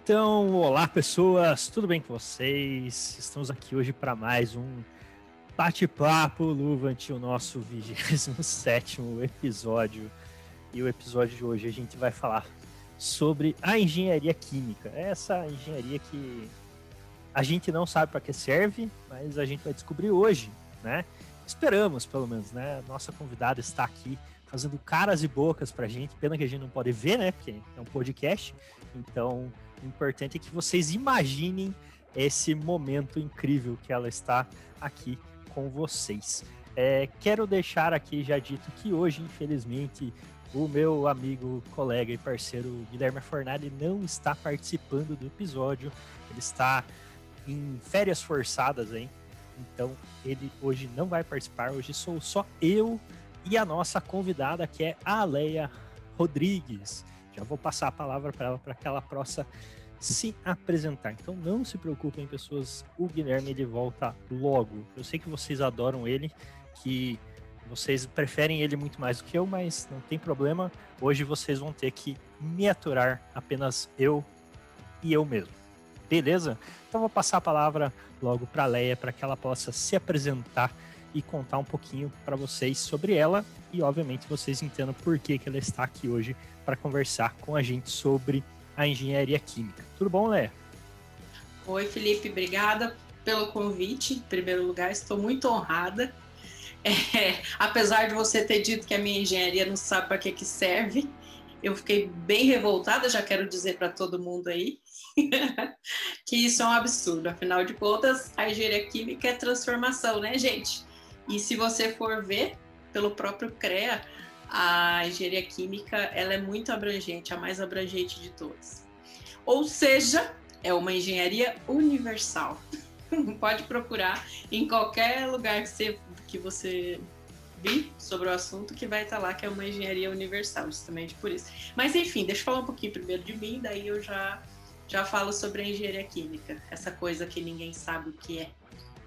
Então, olá pessoas, tudo bem com vocês? Estamos aqui hoje para mais um bate-papo Luvant, o nosso 27º episódio. E o episódio de hoje a gente vai falar sobre a engenharia química. Essa engenharia que a gente não sabe para que serve, mas a gente vai descobrir hoje, né? Esperamos, pelo menos, né? Nossa convidada está aqui fazendo caras e bocas pra gente. Pena que a gente não pode ver, né? Porque é um podcast. Então, o importante é que vocês imaginem esse momento incrível que ela está aqui com vocês. Quero deixar aqui já dito que hoje, infelizmente, o meu amigo, colega e parceiro Guilherme Fornari não está participando do episódio. Ele está em férias forçadas, hein? Então, ele hoje não vai participar. Hoje sou só eu e a nossa convidada, que é a Leia Rodrigues. Já vou passar a palavra para ela, para que ela possa se apresentar. Então não se preocupem, pessoas, o Guilherme ele volta logo. Eu sei que vocês adoram ele, que vocês preferem ele muito mais do que eu, mas não tem problema. Hoje vocês vão ter que me aturar, apenas eu e eu mesmo. Beleza? Então vou passar a palavra logo para a Leia, para que ela possa se apresentar e contar um pouquinho para vocês sobre ela e, obviamente, vocês entendam por que ela está aqui hoje para conversar com a gente sobre a engenharia química. Tudo bom, Leia? Oi, Felipe, obrigada pelo convite. Em primeiro lugar, estou muito honrada. Apesar de você ter dito que a minha engenharia não sabe para que serve, eu fiquei bem revoltada, já quero dizer para todo mundo aí que isso é um absurdo. Afinal de contas, a engenharia química é transformação, né, gente? E se você for ver pelo próprio CREA, a engenharia química ela é muito abrangente, a mais abrangente de todas. Ou seja, é uma engenharia universal. Pode procurar em qualquer lugar que você vir sobre o assunto, que vai estar lá que é uma engenharia universal, justamente por isso. Mas enfim, deixa eu falar um pouquinho primeiro de mim, daí eu já falo sobre a engenharia química, essa coisa que ninguém sabe o que é.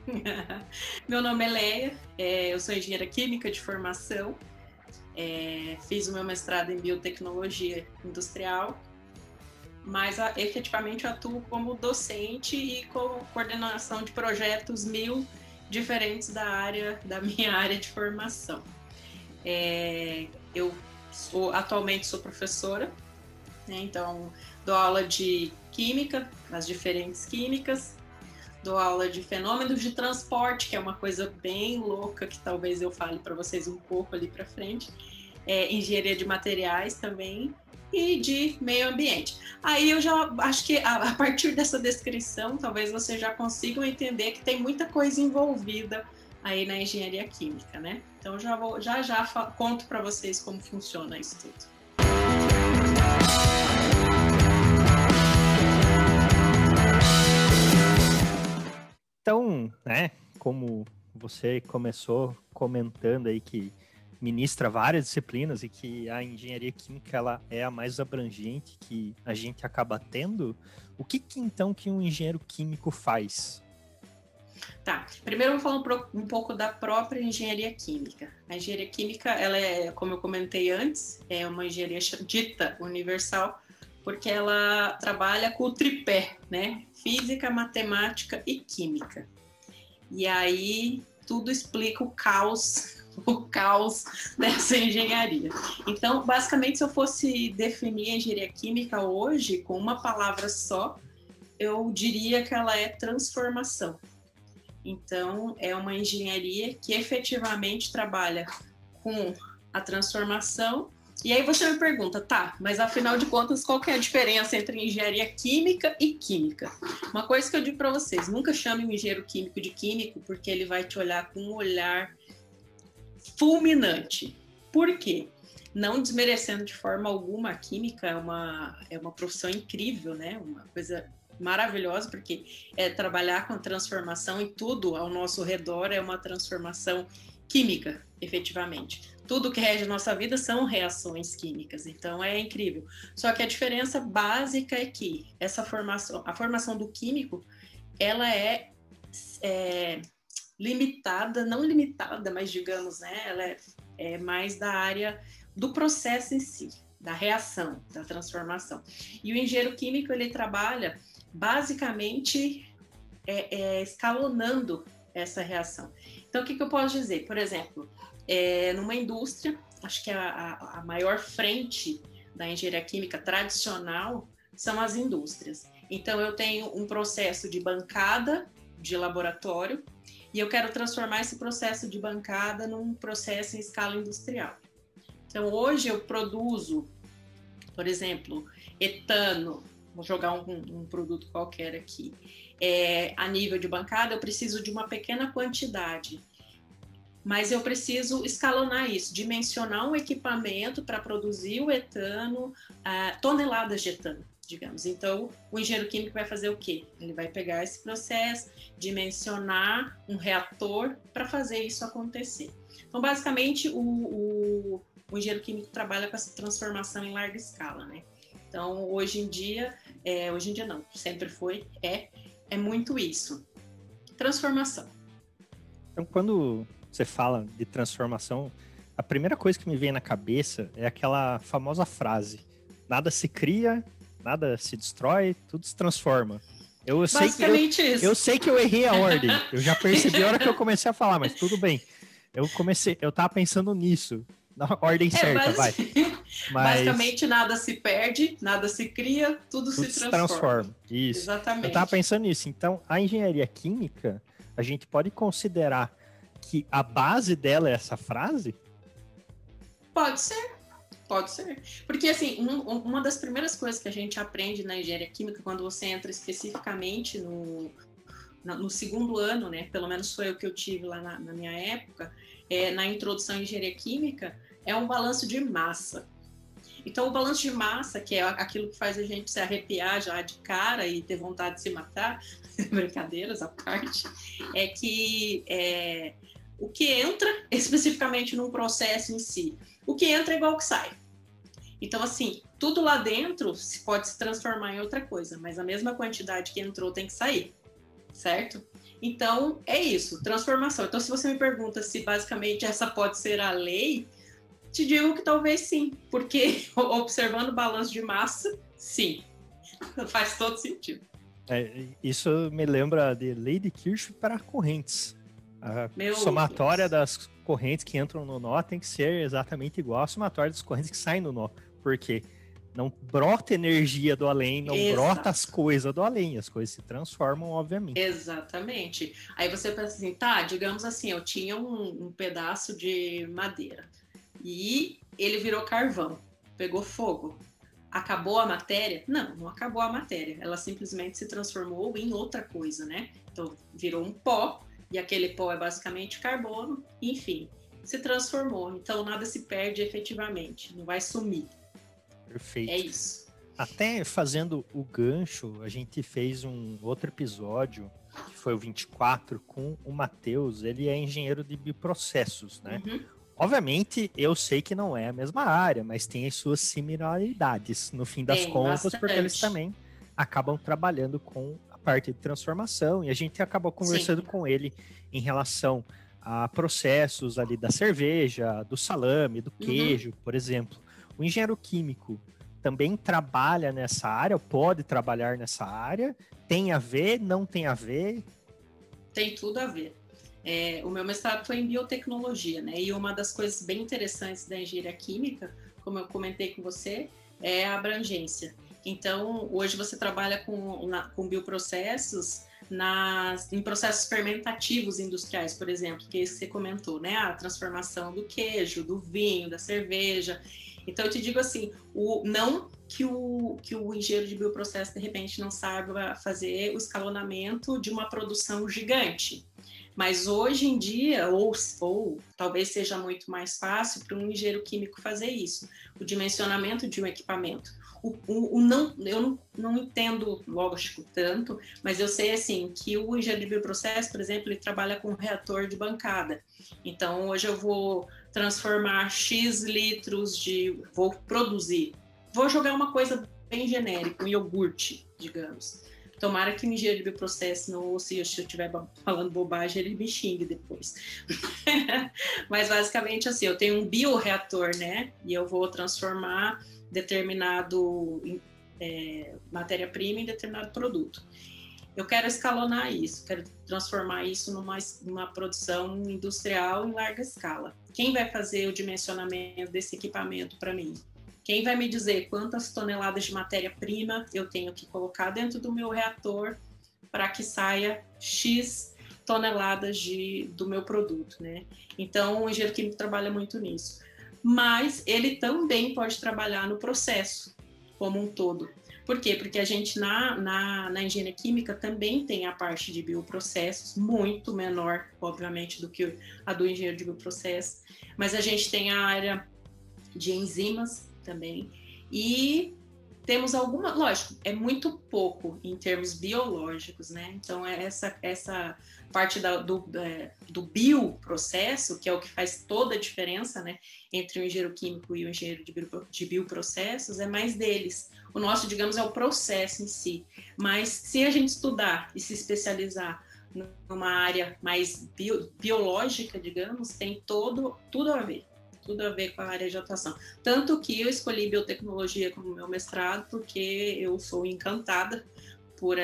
Meu nome é Leia, eu sou engenheira química de formação, fiz o meu mestrado em biotecnologia industrial, mas efetivamente atuo como docente e com coordenação de projetos diferentes da minha área de formação. Eu atualmente sou professora, né, então dou aula de química, as diferentes químicas, dou aula de fenômenos de transporte, que é uma coisa bem louca, que talvez eu fale para vocês um pouco ali para frente, engenharia de materiais também, e de meio ambiente. Aí eu já acho que a partir dessa descrição, talvez vocês já consigam entender que tem muita coisa envolvida aí na engenharia química, né? Então já conto para vocês como funciona isso tudo. Então, né, como você começou comentando aí que ministra várias disciplinas e que a engenharia química ela é a mais abrangente que a gente acaba tendo, o que então que um engenheiro químico faz? Tá, primeiro eu vou falar um pouco da própria engenharia química. A engenharia química, ela é, como eu comentei antes, é uma engenharia dita universal, porque ela trabalha com o tripé, né? Física, matemática e química. E aí tudo explica o caos dessa engenharia. Então, basicamente, se eu fosse definir a engenharia química hoje com uma palavra só, eu diria que ela é transformação. Então, é uma engenharia que efetivamente trabalha com a transformação. E aí você me pergunta, tá, mas afinal de contas, qual que é a diferença entre engenharia química e química? Uma coisa que eu digo para vocês, nunca chame um engenheiro químico de químico, porque ele vai te olhar com um olhar fulminante. Por quê? Não desmerecendo de forma alguma a química, é uma profissão incrível, né? Uma coisa maravilhosa, porque trabalhar com transformação e tudo ao nosso redor é uma transformação química, efetivamente. Tudo que rege a nossa vida são reações químicas, então é incrível. Só que a diferença básica é que a formação do químico, ela é limitada, não limitada, mas digamos, né, ela é mais da área do processo em si. da reação, da transformação. E o engenheiro químico, ele trabalha basicamente escalonando essa reação. Então, o que eu posso dizer? Por exemplo, numa indústria, acho que a maior frente da engenharia química tradicional são as indústrias. Então, eu tenho um processo de bancada de laboratório e eu quero transformar esse processo de bancada num processo em escala industrial. Então, hoje eu produzo, por exemplo, etano, vou jogar um produto qualquer aqui, a nível de bancada, eu preciso de uma pequena quantidade, mas eu preciso escalonar isso, dimensionar um equipamento para produzir o etano, toneladas de etano, digamos. Então, o engenheiro químico vai fazer o quê? Ele vai pegar esse processo, dimensionar um reator para fazer isso acontecer. Então, basicamente, o engenheiro químico trabalha com essa transformação em larga escala, né? Então, hoje em dia não, sempre foi, é muito isso. Transformação. Então, quando você fala de transformação, a primeira coisa que me vem na cabeça é aquela famosa frase: nada se cria, nada se destrói, tudo se transforma. Eu sei que eu errei a ordem, eu já percebi a hora que eu comecei a falar, mas tudo bem. Eu tava pensando nisso, na ordem certa, vai. Mas basicamente, nada se perde, nada se cria, tudo se transforma. Isso. Exatamente. Eu tava pensando nisso. Então, a engenharia química, a gente pode considerar que a base dela é essa frase? Pode ser. Porque, assim, uma das primeiras coisas que a gente aprende na engenharia química, quando você entra especificamente no segundo ano, né? Pelo menos foi o que eu tive lá na minha época, na introdução à engenharia química, é um balanço de massa. Então, o balanço de massa, que é aquilo que faz a gente se arrepiar já de cara e ter vontade de se matar, brincadeiras à parte, é que o que entra especificamente num processo em si, o que entra é igual ao que sai. Então, assim, tudo lá dentro pode se transformar em outra coisa, mas a mesma quantidade que entrou tem que sair, certo? Então, é isso, transformação. Então, se você me pergunta se basicamente essa pode ser a lei, te digo que talvez sim, porque observando o balanço de massa, sim, faz todo sentido. Isso me lembra de lei de Kirchhoff para correntes. A somatória das correntes que entram no nó tem que ser exatamente igual à somatória das correntes que saem no nó, porque não brota energia do além, não brota as coisas do além, as coisas se transformam, obviamente. Exatamente. Aí você pensa assim, digamos assim, eu tinha um pedaço de madeira e ele virou carvão, pegou fogo. Acabou a matéria? Não acabou a matéria. Ela simplesmente se transformou em outra coisa, né? Então, virou um pó, e aquele pó é basicamente carbono, enfim, se transformou. Então, nada se perde efetivamente, não vai sumir. Perfeito. É isso. Até fazendo o gancho, a gente fez um outro episódio, que foi o 24, com o Matheus. Ele é engenheiro de bioprocessos, né? Uhum. Obviamente, eu sei que não é a mesma área, mas tem as suas similaridades, no fim das contas, bastante. Porque eles também acabam trabalhando com a parte de transformação, e a gente acabou conversando com ele em relação a processos ali da cerveja, do salame, do queijo, por exemplo. O engenheiro químico também trabalha nessa área, pode trabalhar nessa área, tem a ver, não tem a ver? Tem tudo a ver. O meu mestrado foi em biotecnologia, né? E uma das coisas bem interessantes da engenharia química, como eu comentei com você, é a abrangência. Então, hoje você trabalha com bioprocessos em processos fermentativos industriais, por exemplo, que é isso que você comentou, né? A transformação do queijo, do vinho, da cerveja. Então, eu te digo assim, não que o engenheiro de bioprocesso, de repente, não saiba fazer o escalonamento de uma produção gigante. Mas hoje em dia, ou talvez seja muito mais fácil para um engenheiro químico fazer isso, o dimensionamento de um equipamento. Eu não entendo, lógico, tanto, mas eu sei assim que o engenheiro de bioprocesso, por exemplo, ele trabalha com reator de bancada. Então, hoje eu vou transformar X litros vou produzir. Vou jogar uma coisa bem genérica, um iogurte, digamos. Tomara que o engenheiro de bioprocesso, ou se eu estiver falando bobagem, ele me xingue depois. Mas basicamente assim, eu tenho um bioreator, né? E eu vou transformar determinado matéria-prima em determinado produto. Eu quero escalonar isso, quero transformar isso numa produção industrial em larga escala. Quem vai fazer o dimensionamento desse equipamento para mim? Quem vai me dizer quantas toneladas de matéria-prima eu tenho que colocar dentro do meu reator para que saia X toneladas do meu produto, né? Então, o engenheiro químico trabalha muito nisso. Mas ele também pode trabalhar no processo como um todo. Por quê? Porque a gente, na engenharia química, também tem a parte de bioprocessos, muito menor, obviamente, do que a do engenheiro de bioprocessos, mas a gente tem a área de enzimas também, e temos alguma, lógico, é muito pouco em termos biológicos, né? Então, essa parte do bioprocesso, que é o que faz toda a diferença, né, entre o engenheiro químico e o engenheiro de bioprocessos, é mais deles. O nosso, digamos, é o processo em si. Mas se a gente estudar e se especializar numa área mais biológica, digamos, tem tudo a ver com a área de atuação. Tanto que eu escolhi biotecnologia como meu mestrado, porque eu sou encantada por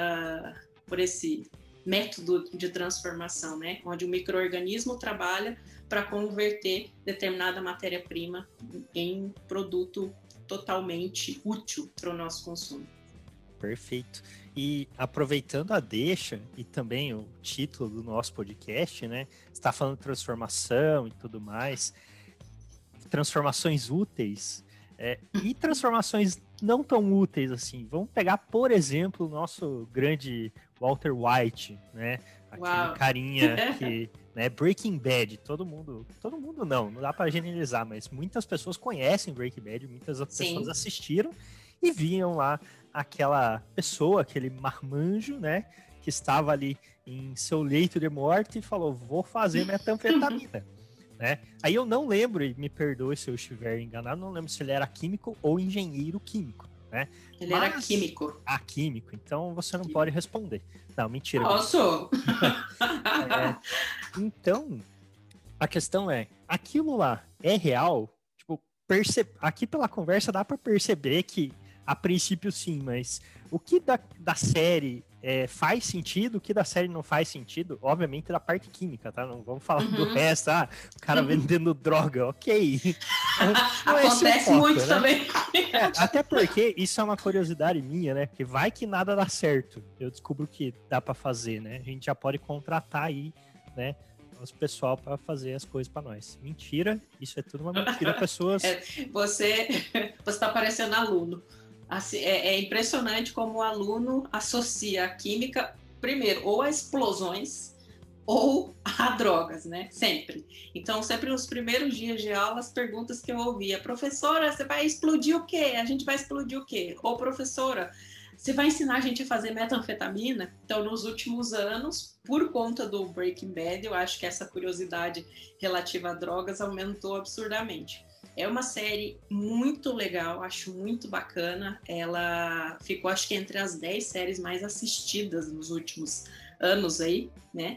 esse método de transformação, né? Onde o micro-organismo trabalha para converter determinada matéria-prima em produto totalmente útil para o nosso consumo. Perfeito. E aproveitando a deixa e também o título do nosso podcast, né? Você está falando de transformação e tudo mais. Transformações úteis e transformações não tão úteis assim. Vamos pegar, por exemplo, o nosso grande Walter White, né? Aquele carinha que, né, Breaking Bad, todo mundo não dá para generalizar, mas muitas pessoas conhecem Breaking Bad, muitas pessoas assistiram e viam lá aquela pessoa, aquele marmanjo, né, que estava ali em seu leito de morte e falou: vou fazer metanfetamina. Né? Aí eu não lembro, e me perdoe se eu estiver enganado, não lembro se ele era químico ou engenheiro químico, né? Ele era químico. Químico, então você não pode responder. Não, mentira. Posso? Então, a questão é, aquilo lá é real? Tipo, aqui pela conversa dá para perceber que, a princípio sim, mas o que da série faz sentido, o que da série não faz sentido, obviamente da parte química, tá? Não vamos falar do resto, o cara vendendo droga, ok. Não acontece foco, muito, né? Também. Até porque isso é uma curiosidade minha, né? Porque vai que nada dá certo. Eu descubro que dá para fazer, né? A gente já pode contratar aí, né, nosso pessoal para fazer as coisas para nós. Mentira, isso é tudo uma mentira, pessoas. Você tá parecendo aluno. Assim, é impressionante como o aluno associa a química, primeiro, ou a explosões ou a drogas, né? Sempre. Então, sempre nos primeiros dias de aula, as perguntas que eu ouvia: professora, você vai explodir o quê? A gente vai explodir o quê? Ou professora, você vai ensinar a gente a fazer metanfetamina? Então, nos últimos anos, por conta do Breaking Bad, eu acho que essa curiosidade relativa a drogas aumentou absurdamente. É uma série muito legal, acho muito bacana. Ela ficou, acho que, entre as 10 séries mais assistidas nos últimos anos aí, né?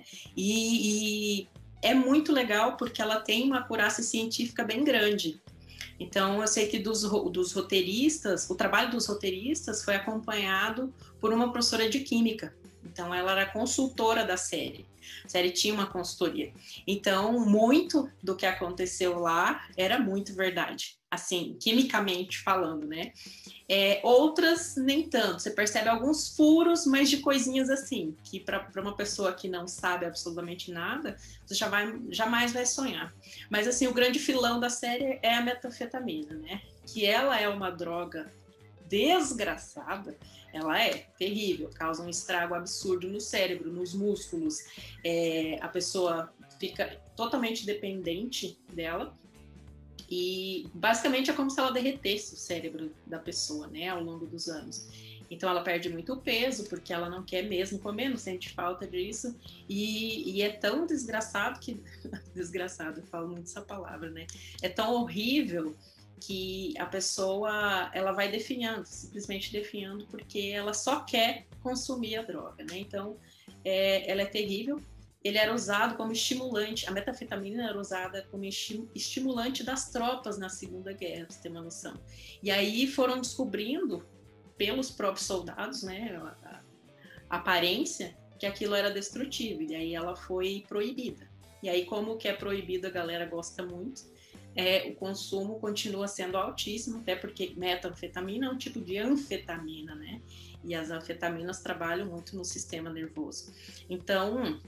E é muito legal porque ela tem uma acurácia científica bem grande. Então, eu sei que dos roteiristas, o trabalho dos roteiristas foi acompanhado por uma professora de química. Então, ela era consultora da série. A série tinha uma consultoria. Então, muito do que aconteceu lá era muito verdade. Assim, quimicamente falando, né? Outras, nem tanto. Você percebe alguns furos, mas de coisinhas assim, que para uma pessoa que não sabe absolutamente nada, você jamais vai sonhar. Mas, assim, o grande filão da série é a metanfetamina, né? Que ela é uma droga desgraçada, ela é terrível, causa um estrago absurdo no cérebro, nos músculos, a pessoa fica totalmente dependente dela e basicamente é como se ela derretesse o cérebro da pessoa, né, ao longo dos anos. Então ela perde muito peso porque ela não quer mesmo comer, não sente falta disso, e é tão desgraçado que desgraçado, eu falo muito essa palavra, né, é tão horrível que a pessoa, ela vai definhando, simplesmente definhando, porque ela só quer consumir a droga, né? Então, ela é terrível. ele era usado como estimulante, a metanfetamina era usada como estimulante das tropas na Segunda Guerra, pra você ter uma noção. E aí foram descobrindo, pelos próprios soldados, né, a aparência, que aquilo era destrutivo, e aí ela foi proibida. E aí, como que é proibido, a galera gosta muito, o consumo continua sendo altíssimo, até porque metanfetamina é um tipo de anfetamina, né? E as anfetaminas trabalham muito no sistema nervoso. Então,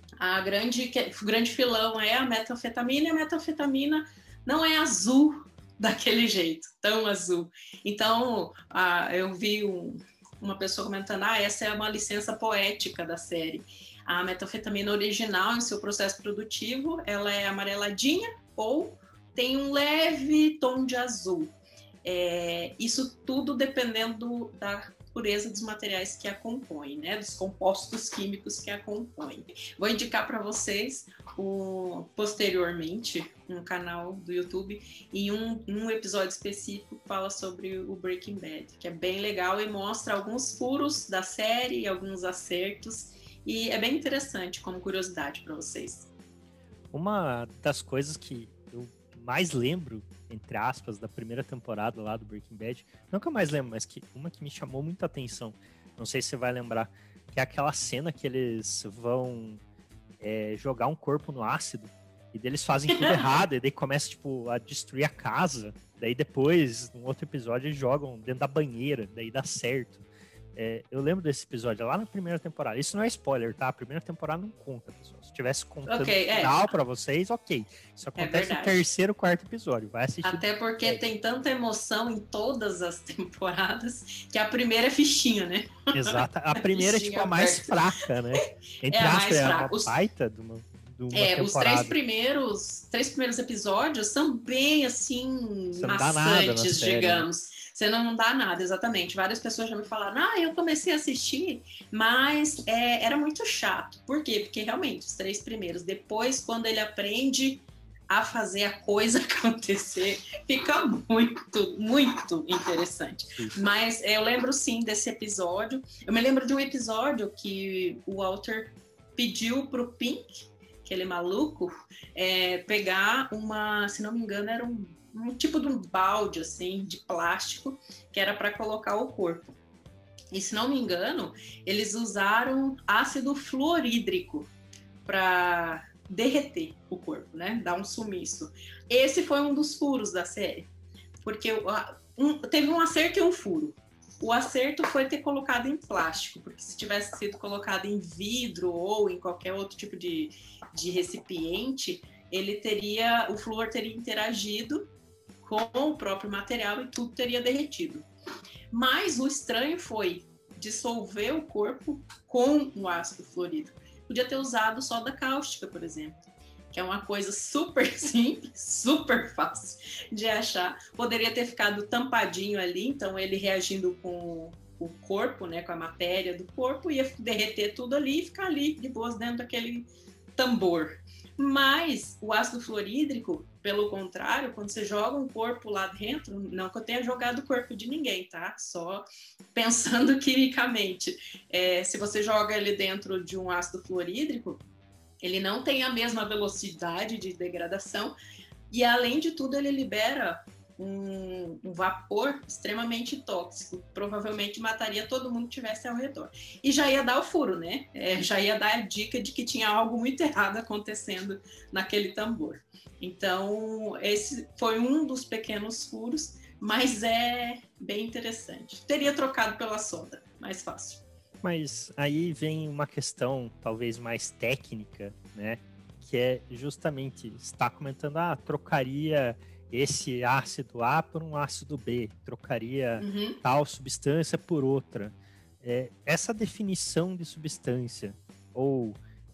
o grande filão é a metanfetamina, e a metanfetamina não é azul daquele jeito, tão azul. Então, eu vi uma pessoa comentando, essa é uma licença poética da série. A metanfetamina original, em seu processo produtivo, ela é amareladinha ou tem um leve tom de azul. Isso tudo dependendo da pureza dos materiais que a compõem, né? Dos compostos químicos que a compõem. Vou indicar para vocês posteriormente um canal do YouTube e um episódio específico que fala sobre o Breaking Bad, que é bem legal e mostra alguns furos da série, alguns acertos, e é bem interessante como curiosidade para vocês. Uma das coisas que eu mais lembro, entre aspas, da primeira temporada lá do Breaking Bad, não que eu mais lembro, mas uma que me chamou muita atenção, não sei se você vai lembrar, que é aquela cena que eles vão jogar um corpo no ácido, e daí eles fazem tudo errado, e daí começa, tipo, a destruir a casa, daí depois, num outro episódio, eles jogam dentro da banheira, daí dá certo. Eu lembro desse episódio, lá na primeira temporada. Isso não é spoiler, tá? A primeira temporada não conta, pessoal. Se tivesse contando o final pra vocês, ok. Isso acontece no terceiro, quarto episódio. Vai assistir. Até porque tem tanta emoção em todas as temporadas que a primeira é fichinha, né? Exato. A primeira é tipo a mais fraca, né? Entre aspas, é uma baita de uma temporada. Os três primeiros episódios são bem, assim, maçantes, digamos. Você não dá nada, exatamente. Várias pessoas já me falaram, eu comecei a assistir, mas era muito chato. Por quê? Porque realmente, os 3 primeiros, depois, quando ele aprende a fazer a coisa acontecer, fica muito, muito interessante. Mas eu lembro, sim, desse episódio. Eu me lembro de um episódio que o Walter pediu pro Pink, aquele maluco, pegar se não me engano, era um tipo de um balde, assim, de plástico, que era para colocar o corpo. E, se não me engano, eles usaram ácido fluorídrico para derreter o corpo, né? Dar um sumiço. Esse foi um dos furos da série, porque teve um acerto e um furo. O acerto foi ter colocado em plástico, porque se tivesse sido colocado em vidro ou em qualquer outro tipo de recipiente, o flúor teria interagido com o próprio material e tudo teria derretido. Mas o estranho foi dissolver o corpo com o ácido fluorídrico. Podia ter usado soda cáustica, por exemplo, que é uma coisa super simples, super fácil de achar. Poderia ter ficado tampadinho ali, então ele reagindo com o corpo, né, com a matéria do corpo, ia derreter tudo ali e ficar ali de boas dentro daquele tambor. Mas o ácido fluorídrico, pelo contrário, quando você joga um corpo lá dentro, não que eu tenha jogado o corpo de ninguém, tá? Só pensando quimicamente. Se você joga ele dentro de um ácido fluorídrico, ele não tem a mesma velocidade de degradação e, além de tudo, ele libera um vapor extremamente tóxico, provavelmente mataria todo mundo que estivesse ao redor. E já ia dar o furo, né? Já ia dar a dica de que tinha algo muito errado acontecendo naquele tambor. Então, esse foi um dos pequenos furos, mas é bem interessante. Teria trocado pela soda, mais fácil. Mas aí vem uma questão talvez mais técnica, né? Que é justamente, você está comentando, trocaria esse ácido A por um ácido B, trocaria tal substância por outra. Essa definição de substância, ou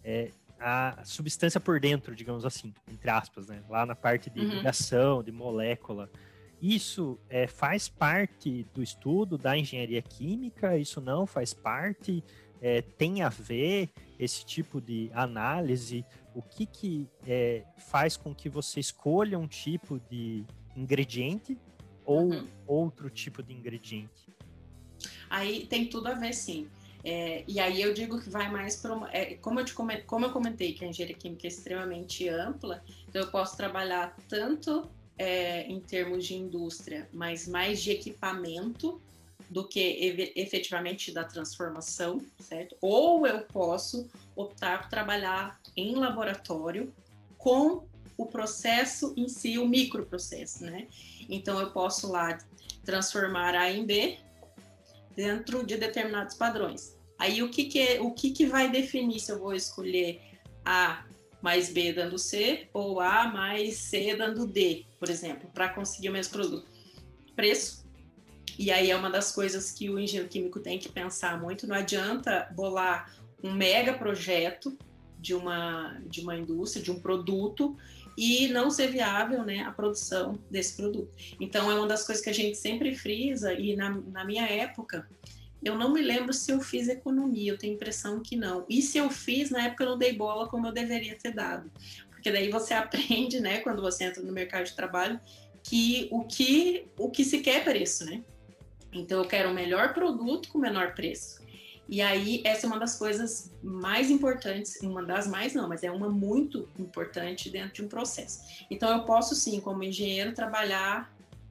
a substância por dentro, digamos assim, entre aspas, né? Lá na parte de ligação, de molécula, isso faz parte do estudo da engenharia química? Isso não faz parte? Tem a ver esse tipo de análise? O que faz com que você escolha um tipo de ingrediente ou outro tipo de ingrediente? Aí tem tudo a ver, sim. E aí eu digo que vai mais para como eu comentei, que a engenharia química é extremamente ampla, então eu posso trabalhar tanto em termos de indústria, mas mais de equipamento do que efetivamente da transformação, certo? Ou eu posso optar por trabalhar em laboratório com o processo em si, o microprocesso, né? Então eu posso lá transformar A em B dentro de determinados padrões. Aí o que vai definir se eu vou escolher A mais B dando C ou A mais C dando D, por exemplo, para conseguir o mesmo produto? Preço. E aí é uma das coisas que o engenheiro químico tem que pensar muito. Não adianta bolar um mega projeto de uma indústria, de um produto, e não ser viável, né, a produção desse produto. Então é uma das coisas que a gente sempre frisa, e na minha época, eu não me lembro se eu fiz economia, eu tenho a impressão que não. E se eu fiz, na época eu não dei bola como eu deveria ter dado. Porque daí você aprende, né, quando você entra no mercado de trabalho, que o que se quer é preço, né? Então eu quero o melhor produto com o menor preço. E aí essa é uma das coisas mais importantes, uma das mais não, mas é uma muito importante dentro de um processo. Então eu posso sim, como engenheiro, trabalhar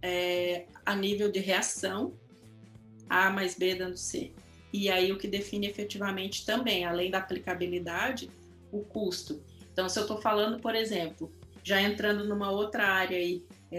a nível de reação, A mais B dando C. E aí o que define efetivamente também, além da aplicabilidade, o custo. Então se eu estou falando, por exemplo, já entrando numa outra área aí,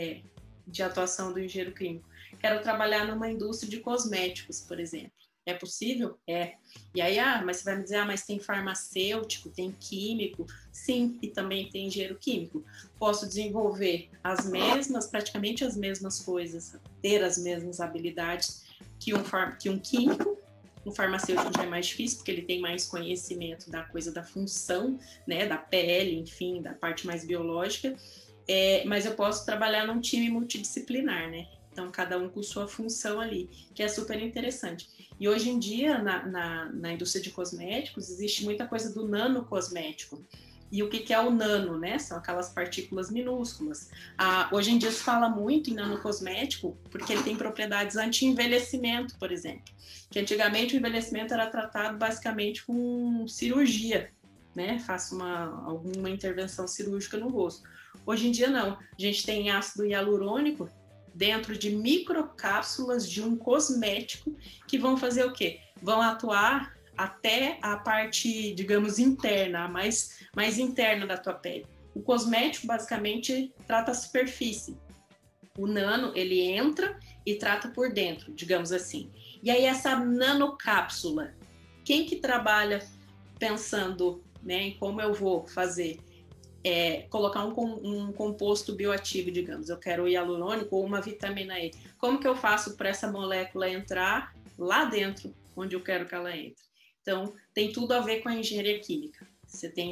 de atuação do engenheiro químico, quero trabalhar numa indústria de cosméticos, por exemplo. É possível? É. E aí, mas você vai me dizer, mas tem farmacêutico, tem químico? Sim, e também tem engenheiro químico. Posso desenvolver praticamente as mesmas coisas, ter as mesmas habilidades que um químico. Um farmacêutico já é mais difícil, porque ele tem mais conhecimento da coisa da função, né, da pele, enfim, da parte mais biológica. Mas eu posso trabalhar num time multidisciplinar, né? Então, cada um com sua função ali, que é super interessante. E hoje em dia, na indústria de cosméticos, existe muita coisa do nanocosmético. E o que é o nano, né? São aquelas partículas minúsculas. Hoje em dia se fala muito em nanocosmético porque ele tem propriedades anti-envelhecimento, por exemplo. Que antigamente o envelhecimento era tratado basicamente com cirurgia, né? Faço alguma intervenção cirúrgica no rosto. Hoje em dia não. A gente tem ácido hialurônico dentro de microcápsulas de um cosmético que vão fazer o quê? Vão atuar até a parte, digamos, interna, a mais interna da tua pele. O cosmético, basicamente, trata a superfície. O nano, ele entra e trata por dentro, digamos assim. E aí, essa nanocápsula, quem que trabalha pensando, né, em como eu vou fazer? Colocar um composto bioativo, digamos, eu quero o hialurônico ou uma vitamina E. Como que eu faço para essa molécula entrar lá dentro, onde eu quero que ela entre? Então, tem tudo a ver com a engenharia química. Você tem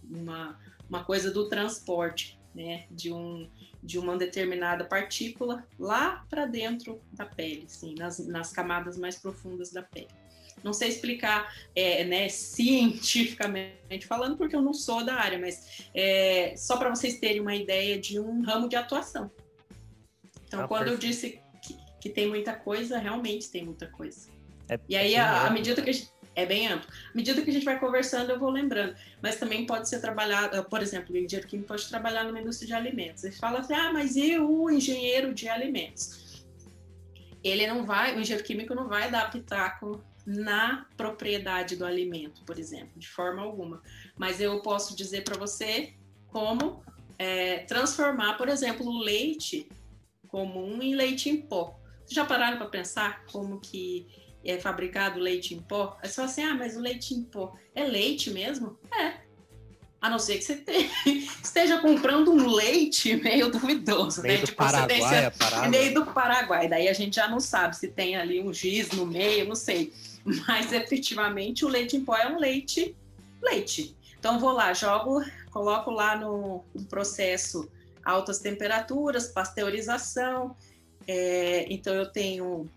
uma coisa do transporte, né, de uma determinada partícula lá para dentro da pele, assim, nas camadas mais profundas da pele. Não sei explicar, né, cientificamente falando, porque eu não sou da área, mas só para vocês terem uma ideia de um ramo de atuação. Então, quando eu disse que tem muita coisa, realmente tem muita coisa. E aí, à medida que a gente... É bem amplo. À medida que a gente vai conversando, eu vou lembrando. Mas também pode ser trabalhado, por exemplo, o engenheiro químico pode trabalhar numa indústria de alimentos. Ele fala assim, mas e o engenheiro de alimentos? O engenheiro químico não vai dar pitaco na propriedade do alimento, por exemplo, de forma alguma. Mas eu posso dizer para você como transformar, por exemplo, o leite comum em leite em pó. Vocês já pararam para pensar como que é fabricado leite em pó? Aí você fala assim, mas o leite em pó é leite mesmo? A não ser que você esteja comprando um leite meio duvidoso, meio né? Do Paraguai, meio do Paraguai. Daí a gente já não sabe se tem ali um giz no meio, não sei. Mas efetivamente o leite em pó é um leite. Então vou lá, coloco lá no processo altas temperaturas, pasteurização. Então eu tenho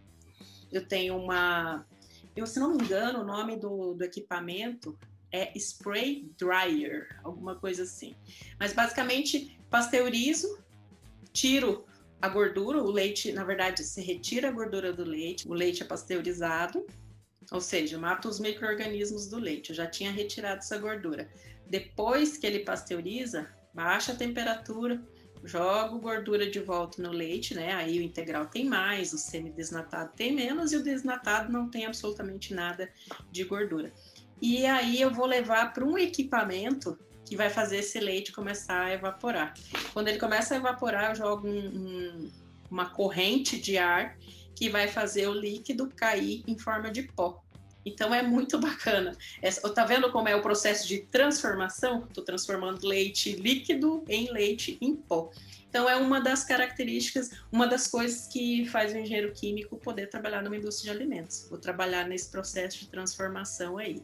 se não me engano, o nome do equipamento é spray dryer, alguma coisa assim. Mas basicamente pasteurizo, tiro a gordura, o leite, na verdade, se retira a gordura do leite, o leite é pasteurizado, Ou seja, mata os micro-organismos do leite. Eu já tinha retirado essa gordura. Depois que ele pasteuriza, baixa a temperatura, jogo gordura de volta no leite, né? Aí o integral tem mais, o semidesnatado tem menos e o desnatado não tem absolutamente nada de gordura. E aí eu vou levar para um equipamento que vai fazer esse leite começar a evaporar. Quando ele começa a evaporar, eu jogo uma corrente de ar que vai fazer o líquido cair em forma de pó. Então é muito bacana. Tá vendo como é o processo de transformação? Estou transformando leite líquido em leite em pó. Então é uma das características, uma das coisas que faz o engenheiro químico poder trabalhar numa indústria de alimentos. Vou trabalhar nesse processo de transformação aí.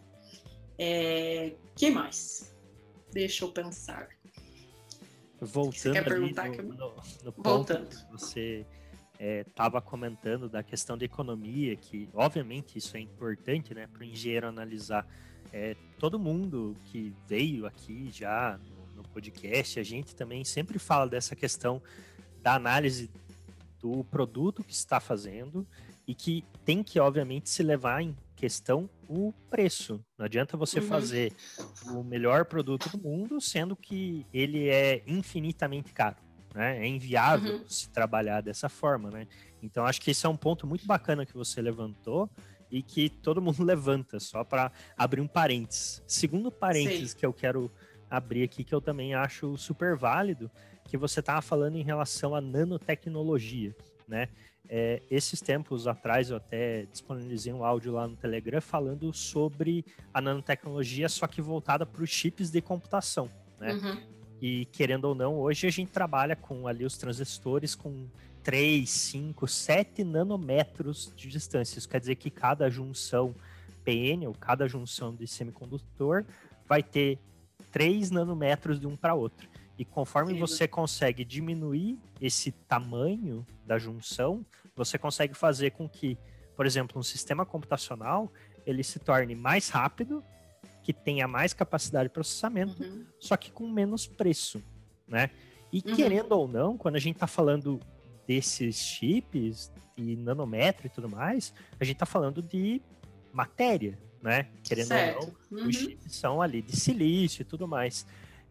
Que mais? Deixa eu pensar. Voltando ali no ponto que você estava comentando da questão da economia, que obviamente isso é importante, né, para o engenheiro analisar. Todo mundo que veio aqui já no podcast, a gente também sempre fala dessa questão da análise do produto que está fazendo e que tem que, obviamente, se levar em questão o preço. Não adianta você fazer o melhor produto do mundo, sendo que ele é infinitamente caro, né? É inviável se trabalhar dessa forma, né? Então, acho que esse é um ponto muito bacana que você levantou e que todo mundo levanta, só para abrir um parênteses. Segundo parênteses que eu quero abrir aqui, que eu também acho super válido, que você estava falando em relação à nanotecnologia, né? Esses tempos atrás eu até disponibilizei um áudio lá no Telegram falando sobre a nanotecnologia, só que voltada para os chips de computação, né? E querendo ou não, hoje a gente trabalha com ali os transistores com 3, 5, 7 nanômetros de distância. Isso quer dizer que cada junção PN, ou cada junção de semicondutor, vai ter 3 nanômetros de um para outro. E conforme você consegue diminuir esse tamanho da junção, você consegue fazer com que, por exemplo, um sistema computacional ele se torne mais rápido, que tenha mais capacidade de processamento, só que com menos preço, né? E querendo ou não, quando a gente está falando desses chips e nanômetro e tudo mais, a gente está falando de matéria, né? Querendo ou não, os chips são ali de silício e tudo mais.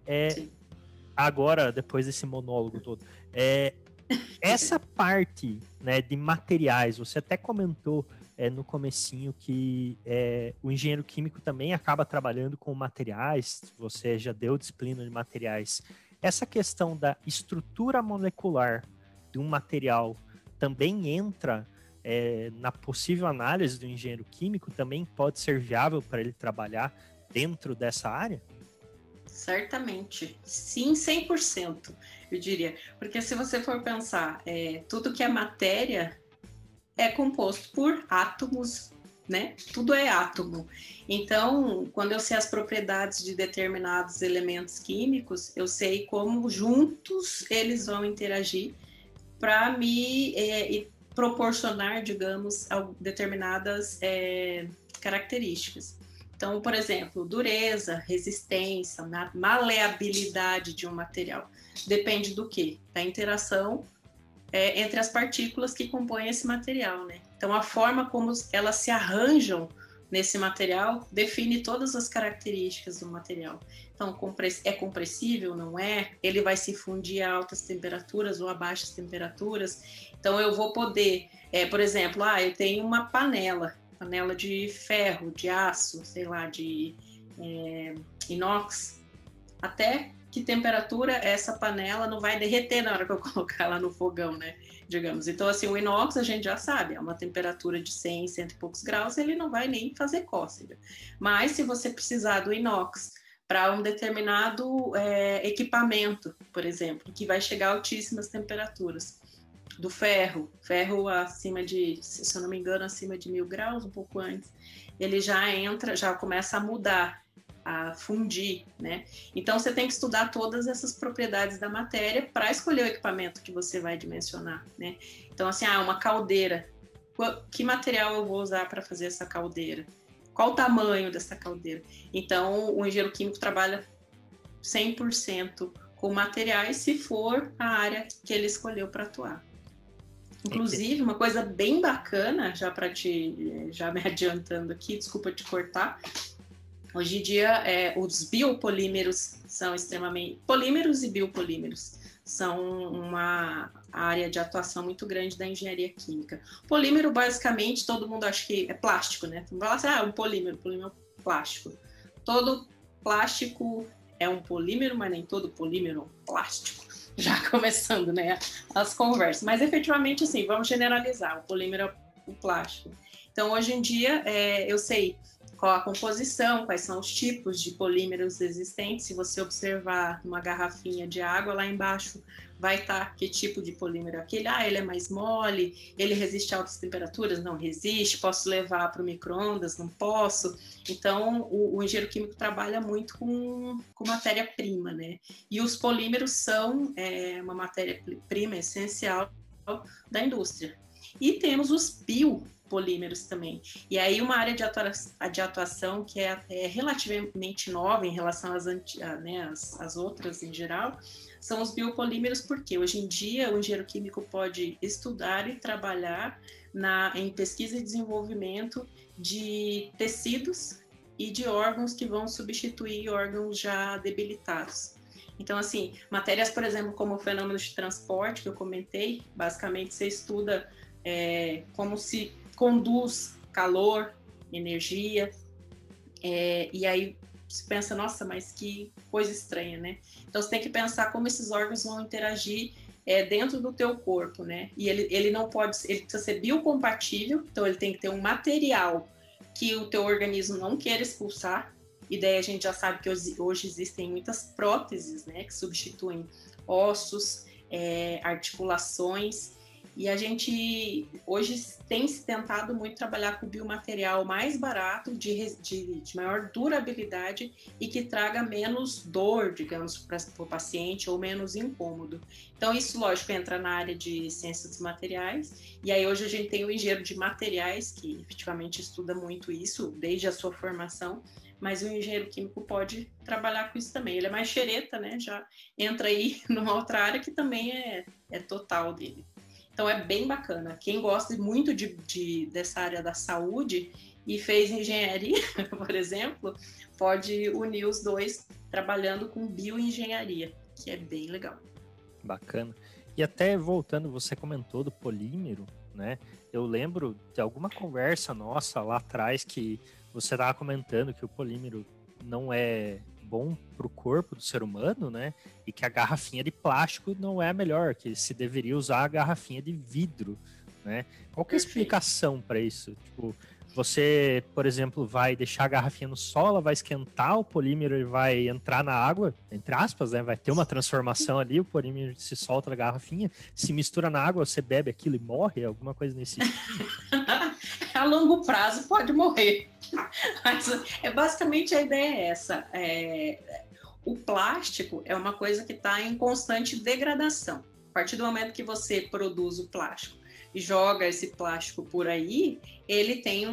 Agora, depois desse monólogo todo, essa parte, né, de materiais, você até comentou no comecinho que o engenheiro químico também acaba trabalhando com materiais, você já deu disciplina de materiais. Essa questão da estrutura molecular de um material também entra na possível análise do engenheiro químico, também pode ser viável para ele trabalhar dentro dessa área? Certamente, sim, 100%, eu diria. Porque se você for pensar, tudo que é matéria é composto por átomos, né? Tudo é átomo. Então, quando eu sei as propriedades de determinados elementos químicos, eu sei como juntos eles vão interagir para me proporcionar, digamos, determinadas características. Então, por exemplo, dureza, resistência, maleabilidade de um material. Depende do quê? Da interação entre as partículas que compõem esse material, né? Então, a forma como elas se arranjam nesse material define todas as características do material. Então, é compressível, não é? Ele vai se fundir a altas temperaturas ou a baixas temperaturas. Então, eu vou poder, por exemplo, eu tenho uma panela de ferro, de aço, sei lá, de inox. Até que temperatura essa panela não vai derreter na hora que eu colocar lá no fogão, né? Digamos. Então, assim, o inox a gente já sabe, é uma temperatura de 100, 100 e poucos graus, ele não vai nem fazer cócega. Mas se você precisar do inox para um determinado equipamento, por exemplo, que vai chegar a altíssimas temperaturas, do ferro acima de, se eu não me engano, acima de 1000 graus, um pouco antes, ele já começa a mudar, a fundir, né? Então você tem que estudar todas essas propriedades da matéria para escolher o equipamento que você vai dimensionar, né? Então, assim, uma caldeira, que material eu vou usar para fazer essa caldeira? Qual o tamanho dessa caldeira? Então, o engenheiro químico trabalha 100% com materiais, se for a área que ele escolheu para atuar. Inclusive, uma coisa bem bacana, já me adiantando aqui, desculpa te cortar. Hoje em dia, os biopolímeros são extremamente... Polímeros e biopolímeros são uma área de atuação muito grande da engenharia química. Polímero, basicamente, todo mundo acha que é plástico, né? Então, fala assim, um polímero é plástico. Todo plástico é um polímero, mas nem todo polímero é um plástico. Já começando, né, as conversas. Mas, efetivamente, assim, vamos generalizar. O polímero é o plástico. Então, hoje em dia, eu sei qual a composição, quais são os tipos de polímeros existentes. Se você observar uma garrafinha de água, lá embaixo vai estar que tipo de polímero é aquele. Ele é mais mole, ele resiste a altas temperaturas? Não resiste. Posso levar para o micro-ondas? Não posso. Então, o engenheiro químico trabalha muito com matéria-prima, né? E os polímeros são uma matéria-prima essencial da indústria. E temos os biopolímeros também. E aí uma área de atuação que é relativamente nova em relação às outras em geral, são os biopolímeros, porque hoje em dia o engenheiro químico pode estudar e trabalhar em pesquisa e desenvolvimento de tecidos e de órgãos que vão substituir órgãos já debilitados. Então, assim, matérias, por exemplo, como o fenômeno de transporte, que eu comentei, basicamente você estuda como se conduz calor, energia, e aí você pensa, nossa, mas que coisa estranha, né? Então você tem que pensar como esses órgãos vão interagir dentro do teu corpo, né? E ele não pode, ele precisa ser biocompatível, então ele tem que ter um material que o teu organismo não queira expulsar, e daí a gente já sabe que hoje existem muitas próteses, né, que substituem ossos, articulações, e a gente hoje tem se tentado muito trabalhar com o biomaterial mais barato, de maior durabilidade e que traga menos dor, digamos, para o paciente ou menos incômodo. Então isso, lógico, entra na área de ciências dos materiais, e aí hoje a gente tem o engenheiro de materiais, que efetivamente estuda muito isso, desde a sua formação, mas o engenheiro químico pode trabalhar com isso também. Ele é mais xereta, né? Já entra aí numa outra área que também é total dele. Então é bem bacana. Quem gosta muito dessa área da saúde e fez engenharia, por exemplo, pode unir os dois trabalhando com bioengenharia, que é bem legal. Bacana. E até voltando, você comentou do polímero, né? Eu lembro de alguma conversa nossa lá atrás que você estava comentando que o polímero não é bom para o corpo do ser humano, né? E que a garrafinha de plástico não é a melhor, que se deveria usar a garrafinha de vidro, né? Qual que é a explicação para isso? Tipo, você, por exemplo, vai deixar a garrafinha no sol, ela vai esquentar, o polímero ele vai entrar na água, entre aspas, né? Vai ter uma transformação ali, o polímero se solta da garrafinha, se mistura na água, você bebe aquilo e morre, alguma coisa nesse tipo. A longo prazo pode morrer. Mas basicamente a ideia é essa. O plástico é uma coisa que está em constante degradação. A partir do momento que você produz o plástico e joga esse plástico por aí, ele tem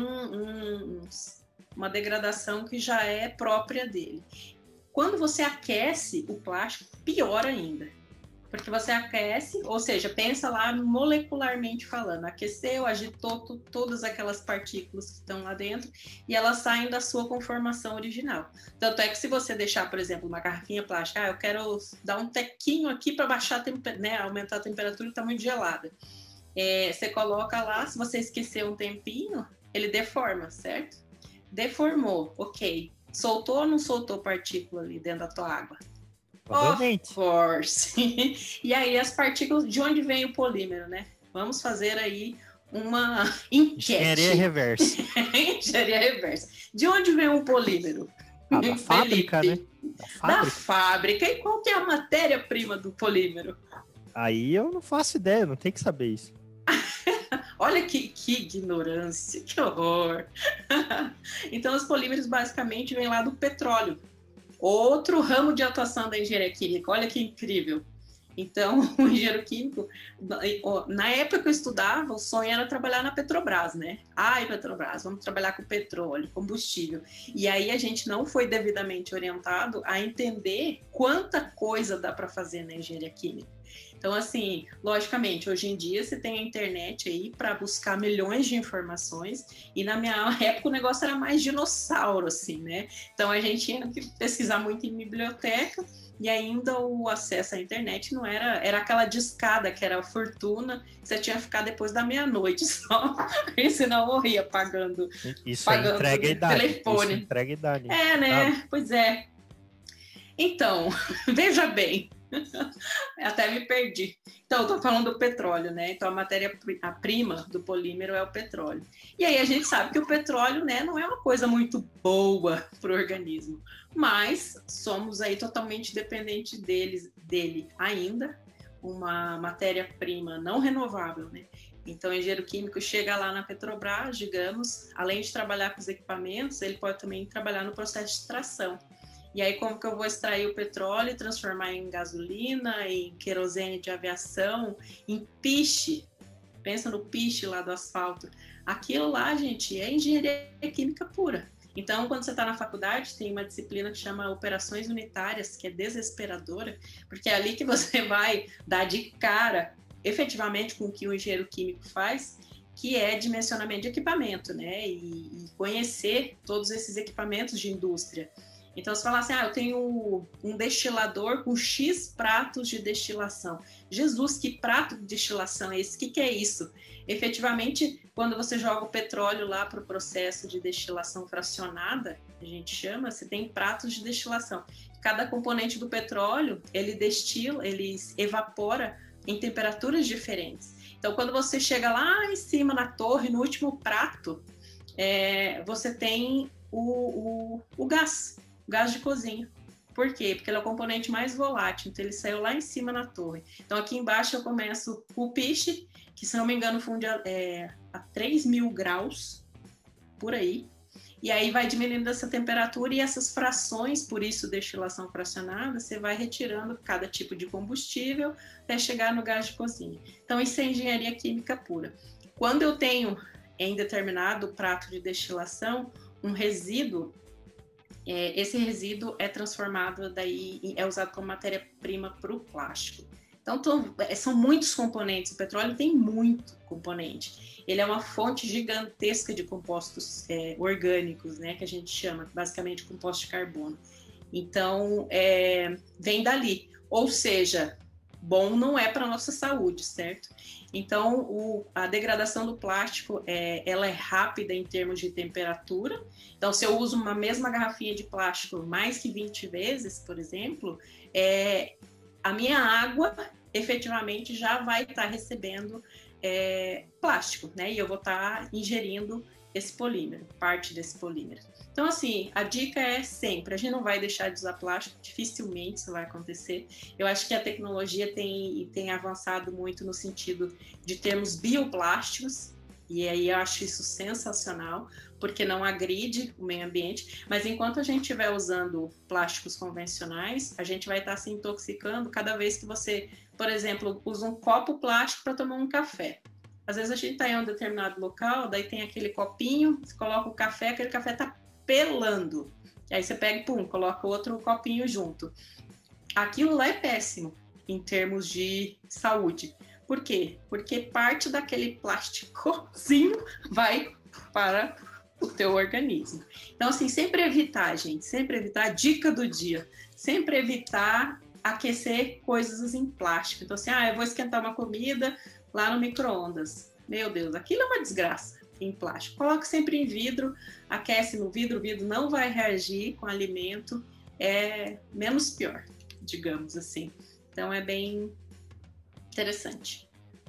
uma degradação que já é própria dele. Quando você aquece o plástico, pior ainda. Porque você aquece, ou seja, pensa lá molecularmente falando, aqueceu, agitou todas aquelas partículas que estão lá dentro e elas saem da sua conformação original. Tanto é que se você deixar, por exemplo, uma garrafinha plástica, eu quero dar um tequinho aqui para baixar aumentar a temperatura que está muito gelada. Você coloca lá, se você esquecer um tempinho, ele deforma, certo? Deformou, ok. Soltou ou não soltou partícula ali dentro da tua água? Of course. E aí as partículas, de onde vem o polímero, né? Vamos fazer aí uma enquete. Engenharia reversa. Engenharia reversa. De onde vem o polímero? Da fábrica, né? Da fábrica. E qual que é a matéria-prima do polímero? Aí eu não faço ideia, não tem que saber isso. Olha que ignorância, que horror. Então os polímeros basicamente vêm lá do petróleo. Outro ramo de atuação da engenharia química, olha que incrível. Então, o engenheiro químico, na época que eu estudava, o sonho era trabalhar na Petrobras, né? Petrobras, vamos trabalhar com petróleo, combustível. E aí a gente não foi devidamente orientado a entender quanta coisa dá para fazer na engenharia química. Então, assim, logicamente, hoje em dia você tem a internet aí para buscar milhões de informações, e na minha época o negócio era mais dinossauro, assim, né? Então a gente tinha que pesquisar muito em biblioteca, e ainda o acesso à internet não era aquela discada que era a fortuna, você tinha que ficar depois da meia-noite só, e senão morria pagando entrega a idade. telefone. Isso entrega a idade. É, né? Pois é. Então, veja bem, até me perdi. Então, eu estou falando do petróleo, né? Então, a prima do polímero é o petróleo. E aí a gente sabe que o petróleo, né, não é uma coisa muito boa para o organismo, mas somos aí totalmente dependentes dele ainda, uma matéria-prima não renovável, né? Então, o engenheiro químico chega lá na Petrobras, digamos, além de trabalhar com os equipamentos, ele pode também trabalhar no processo de extração. E aí, como que eu vou extrair o petróleo e transformar em gasolina, em querosene de aviação, em piche? Pensa no piche lá do asfalto. Aquilo lá, gente, é engenharia química pura. Então, quando você está na faculdade, tem uma disciplina que chama Operações Unitárias, que é desesperadora, porque é ali que você vai dar de cara, efetivamente, com o que o engenheiro químico faz, que é dimensionamento de equipamento, né? E conhecer todos esses equipamentos de indústria. Então, você fala assim, eu tenho um destilador com X pratos de destilação. Jesus, que prato de destilação é esse? O que é isso? Efetivamente, quando você joga o petróleo lá para o processo de destilação fracionada, a gente chama, você tem pratos de destilação. Cada componente do petróleo, ele destila, ele evapora em temperaturas diferentes. Então, quando você chega lá em cima na torre, no último prato, você tem o gás de cozinha. Por quê? Porque ele é o componente mais volátil, então ele saiu lá em cima na torre. Então aqui embaixo eu começo o piche, que se não me engano funde a 3.000 graus, por aí. E aí vai diminuindo essa temperatura e essas frações, por isso destilação fracionada, você vai retirando cada tipo de combustível até chegar no gás de cozinha. Então isso é engenharia química pura. Quando eu tenho em determinado prato de destilação um resíduo, esse resíduo é transformado, daí é usado como matéria-prima para o plástico. Então, são muitos componentes. O petróleo tem muito componente. Ele é uma fonte gigantesca de compostos orgânicos, né, que a gente chama, basicamente, composto de carbono. Então, vem dali. Ou seja, bom não é para a nossa saúde, certo? Então, a degradação do plástico, ela é rápida em termos de temperatura. Então, se eu uso uma mesma garrafinha de plástico mais que 20 vezes, por exemplo, a minha água, efetivamente, já vai estar recebendo plástico, né? E eu vou estar ingerindo esse polímero, parte desse polímero. Então, assim, a dica é sempre, a gente não vai deixar de usar plástico, dificilmente isso vai acontecer. Eu acho que a tecnologia tem avançado muito no sentido de termos bioplásticos, e aí eu acho isso sensacional, porque não agride o meio ambiente, mas enquanto a gente estiver usando plásticos convencionais, a gente vai estar se intoxicando cada vez que você, por exemplo, usa um copo plástico para tomar um café. Às vezes a gente está em um determinado local, daí tem aquele copinho, você coloca o café, aquele café está pelando. Aí você pega e coloca outro copinho junto. Aquilo lá é péssimo em termos de saúde. Por quê? Porque parte daquele plásticozinho vai para o teu organismo. Então, assim, sempre evitar, gente, sempre evitar, dica do dia, sempre evitar aquecer coisas em plástico. Então, assim, eu vou esquentar uma comida lá no micro-ondas. Meu Deus, aquilo é uma desgraça em plástico. Coloque sempre em vidro, aquece no vidro, o vidro não vai reagir com alimento, é menos pior, digamos assim. Então é bem interessante.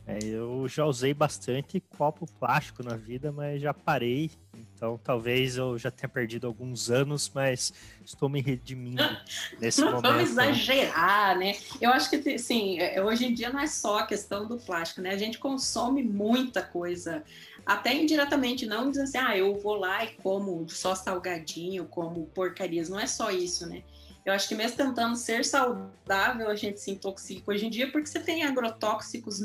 Eu já usei bastante copo plástico na vida, mas já parei. Então talvez eu já tenha perdido alguns anos, mas estou me redimindo nesse momento. Vamos exagerar, né? Eu acho que, assim, hoje em dia não é só a questão do plástico, né? A gente consome muita coisa, até indiretamente, não dizendo assim, eu vou lá e como só salgadinho, como porcarias. Não é só isso, né? Eu acho que mesmo tentando ser saudável, a gente se intoxica hoje em dia, porque você tem agrotóxicos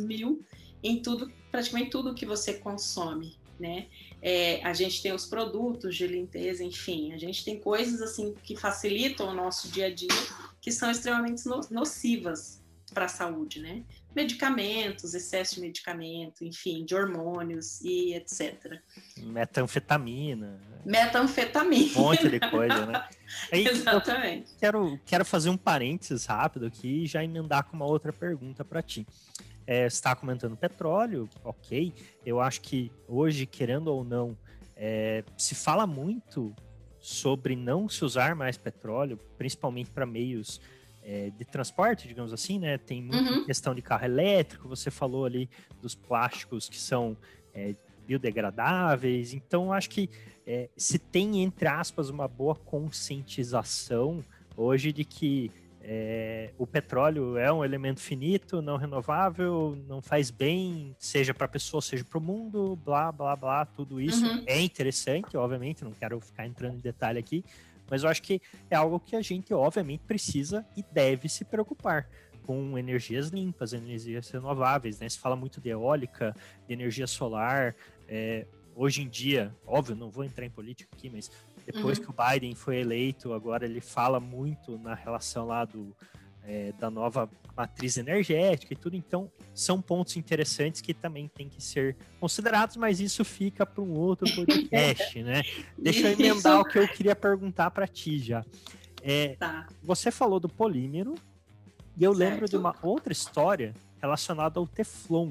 em tudo, praticamente tudo que você consome, né? A gente tem os produtos de limpeza, enfim, a gente tem coisas assim que facilitam o nosso dia a dia, que são extremamente nocivas para a saúde, né? medicamentos, excesso de medicamento, enfim, de hormônios e etc. Metanfetamina. Metanfetamina. Um monte de coisa, né? Aí, exatamente. Quero fazer um parênteses rápido aqui e já emendar com uma outra pergunta para ti. Você está comentando petróleo, ok. Eu acho que hoje, querendo ou não, se fala muito sobre não se usar mais petróleo, principalmente para meios de transporte, digamos assim, né? Tem muita questão de carro elétrico, você falou ali dos plásticos que são biodegradáveis, então acho que se tem, entre aspas, uma boa conscientização hoje de que o petróleo é um elemento finito, não renovável, não faz bem, seja para a pessoa, seja para o mundo, blá, blá, blá, tudo isso é interessante, obviamente, não quero ficar entrando em detalhe aqui, mas eu acho que é algo que a gente, obviamente, precisa e deve se preocupar com energias limpas, energias renováveis, né? Se fala muito de eólica, de energia solar. Hoje em dia, óbvio, não vou entrar em política aqui, mas depois que o Biden foi eleito, agora ele fala muito na relação lá da nova matriz energética e tudo, então são pontos interessantes que também tem que ser considerados, mas isso fica para um outro podcast, né? Deixa eu emendar o que eu queria perguntar para ti já. Tá. Você falou do polímero e eu lembro de uma outra história relacionada ao Teflon.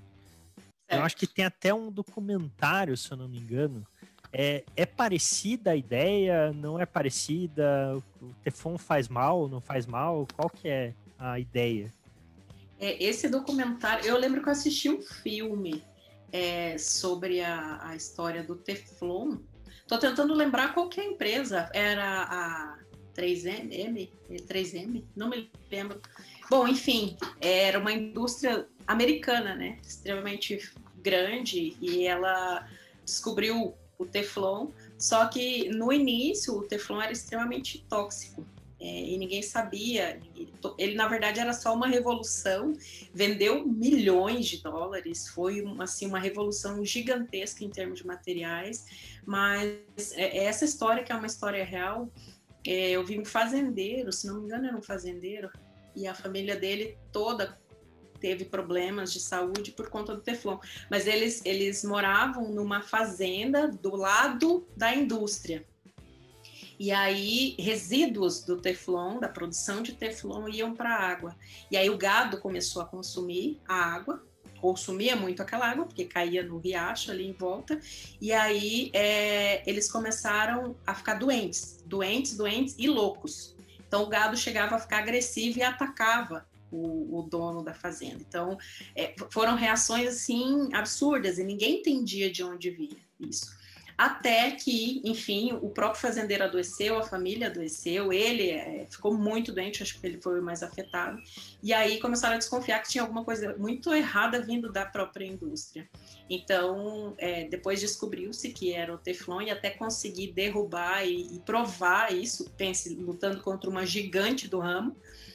Eu acho que tem até um documentário, se eu não me engano. É parecida a ideia? Não é parecida? O Teflon faz mal? Não faz mal? Qual que é a ideia? Esse documentário, eu lembro que eu assisti um filme sobre a história do Teflon. Tô tentando lembrar qual que é a empresa. Era a 3M? 3M? Não me lembro. Bom, enfim, era uma indústria americana, né? Extremamente grande, e ela descobriu o Teflon, só que no início o Teflon era extremamente tóxico. E ninguém sabia. Ele, na verdade, era só uma revolução, vendeu milhões de dólares, foi assim, uma revolução gigantesca em termos de materiais, mas essa história, que é uma história real, eu vi um fazendeiro, se não me engano era um fazendeiro, e a família dele toda teve problemas de saúde por conta do Teflon, mas eles moravam numa fazenda do lado da indústria. E aí, resíduos do Teflon, da produção de Teflon, iam para a água. E aí o gado começou a consumir a água, consumia muito aquela água, porque caía no riacho ali em volta. E aí eles começaram a ficar doentes e loucos. Então o gado chegava a ficar agressivo e atacava o dono da fazenda. Então foram reações assim absurdas e ninguém entendia de onde vinha isso. Até que, enfim, o próprio fazendeiro adoeceu, a família adoeceu, ele ficou muito doente, acho que ele foi o mais afetado, e aí começaram a desconfiar que tinha alguma coisa muito errada vindo da própria indústria. Então, depois descobriu-se que era o Teflon, e até conseguir derrubar e provar isso, pense, lutando contra uma gigante do ramo.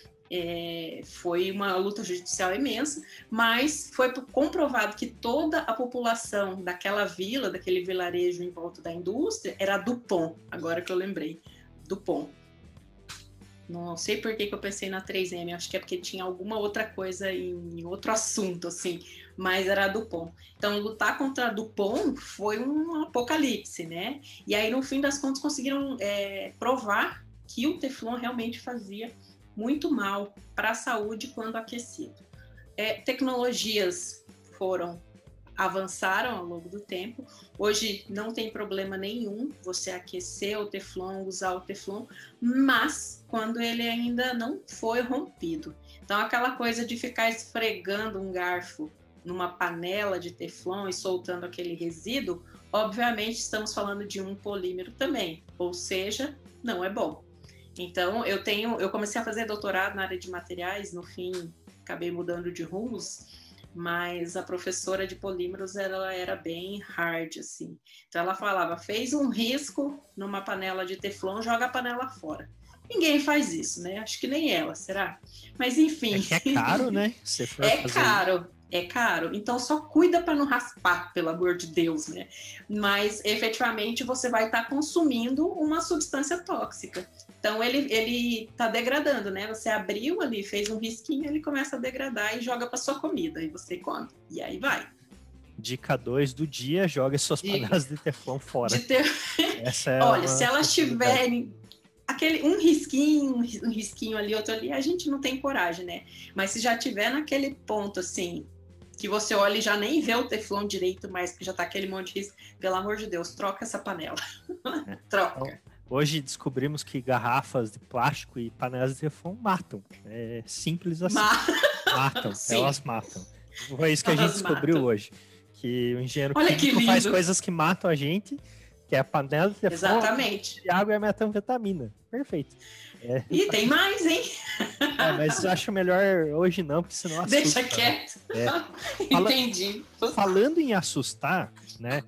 Foi uma luta judicial imensa, mas foi comprovado que toda a população daquela vila, daquele vilarejo em volta da indústria, era DuPont, agora que eu lembrei, DuPont. Não sei por que eu pensei na 3M, acho que é porque tinha alguma outra coisa em outro assunto, assim, mas era a DuPont. Então, lutar contra a DuPont foi um apocalipse, né? E aí, no fim das contas, conseguiram provar que o Teflon realmente fazia muito mal para a saúde quando aquecido. Tecnologias avançaram ao longo do tempo. Hoje não tem problema nenhum você aquecer o Teflon, usar o Teflon, mas quando ele ainda não foi rompido. Então aquela coisa de ficar esfregando um garfo numa panela de Teflon e soltando aquele resíduo, obviamente estamos falando de um polímero também, ou seja, não é bom. Então, eu comecei a fazer doutorado na área de materiais, no fim, acabei mudando de rumos, mas a professora de polímeros, ela era bem hard, assim. Então, ela falava, fez um risco numa panela de Teflon, joga a panela fora. Ninguém faz isso, né? Acho que nem ela, será? Mas, enfim. É caro, né? É caro. é caro, então só cuida para não raspar, pelo amor de Deus, né? Mas efetivamente você vai estar consumindo uma substância tóxica. Então ele tá degradando, né? Você abriu ali, fez um risquinho, ele começa a degradar e joga para sua comida, e você come. E aí vai. Dica 2 do dia, joga suas panelas de teflon fora. Essa é Olha, se elas tiverem um risquinho ali, outro ali, a gente não tem coragem, né? Mas se já tiver naquele ponto, assim, que você olha e já nem vê o teflon direito, mas que já tá aquele monte de risco, pelo amor de Deus, troca essa panela. Troca. Então, hoje descobrimos que garrafas de plástico e panelas de teflon matam. É simples assim. Matam, elas matam. Foi isso que a gente descobriu hoje. Que o engenheiro químico faz coisas que matam a gente, que é a panela de teflon, exatamente, e água e a metanfetamina. Perfeito. E tem mais, hein? Mas eu acho melhor hoje não, porque senão assusta. Deixa quieto. Entendi. Falando em assustar, né?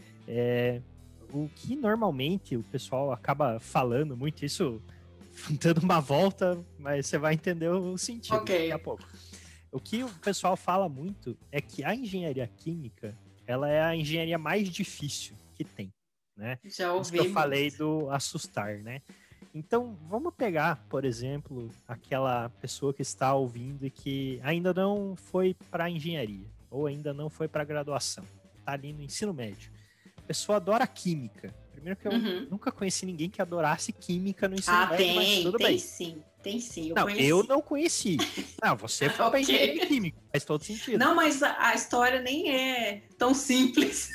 O que normalmente o pessoal acaba falando muito, isso dando uma volta, mas você vai entender o sentido daqui a pouco. O que o pessoal fala muito é que a engenharia química, ela é a engenharia mais difícil que tem, né? Já ouvi. Isso que eu falei do assustar, né? Então, vamos pegar, por exemplo, aquela pessoa que está ouvindo e que ainda não foi para a engenharia, ou ainda não foi para a graduação, está ali no ensino médio. A pessoa adora química. Primeiro que eu nunca conheci ninguém que adorasse química no ensino médio, mas tudo bem. Tem sim, eu não conheci. Não, você foi para engenharia química, faz todo sentido. Não, mas a história nem é tão simples.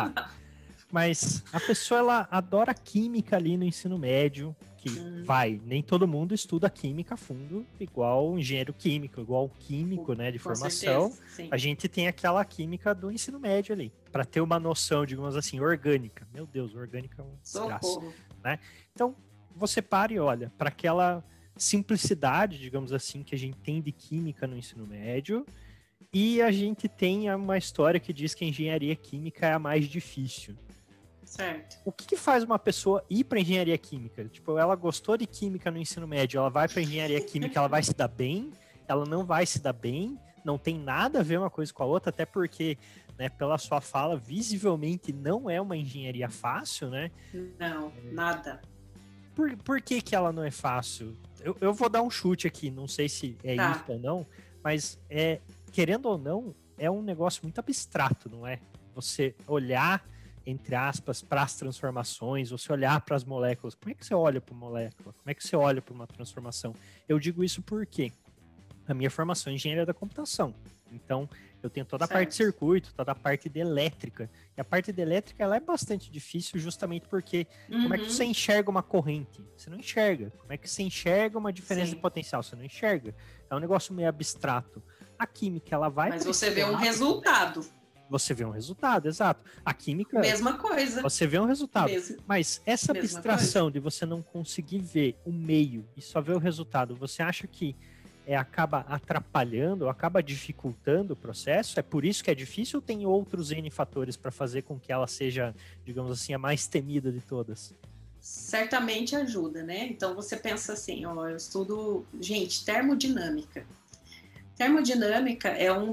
Mas a pessoa, ela adora química ali no ensino médio, que nem todo mundo estuda química a fundo, igual o engenheiro químico, igual o químico, né, de formação. Certeza, a gente tem aquela química do ensino médio ali, para ter uma noção, digamos assim, orgânica. Meu Deus, orgânica é um desgraça, né? Então, você para e olha para aquela simplicidade, digamos assim, que a gente tem de química no ensino médio, e a gente tem uma história que diz que a engenharia química é a mais difícil. Certo. O que faz uma pessoa ir para engenharia química? Tipo, ela gostou de química no ensino médio, ela vai para engenharia química, ela vai se dar bem? Ela não vai se dar bem? Não tem nada a ver uma coisa com a outra, até porque, né, pela sua fala, visivelmente não é uma engenharia fácil, né? Não, nada. Por que ela não é fácil? Eu vou dar um chute aqui, não sei se é isso ou não, mas querendo ou não, é um negócio muito abstrato, não é? Você olhar, entre aspas, para as transformações, você olhar para as moléculas. Como é que você olha para uma molécula? Como é que você olha para uma transformação? Eu digo isso porque a minha formação é engenharia da computação. Então, eu tenho toda a parte de circuito, toda a parte de elétrica. E a parte de elétrica, ela é bastante difícil justamente porque como é que você enxerga uma corrente? Você não enxerga. Como é que você enxerga uma diferença de potencial? Você não enxerga. É um negócio meio abstrato. A química, ela vai... Mas você vê um resultado. Você vê um resultado, exato. A química... Mesma coisa. Você vê um resultado. Mas essa abstração de você não conseguir ver o meio e só ver o resultado, você acha que acaba atrapalhando, acaba dificultando o processo? É por isso que é difícil ou tem outros N fatores para fazer com que ela seja, digamos assim, a mais temida de todas? Certamente ajuda, né? Então você pensa assim, eu estudo, gente, termodinâmica. Termodinâmica é um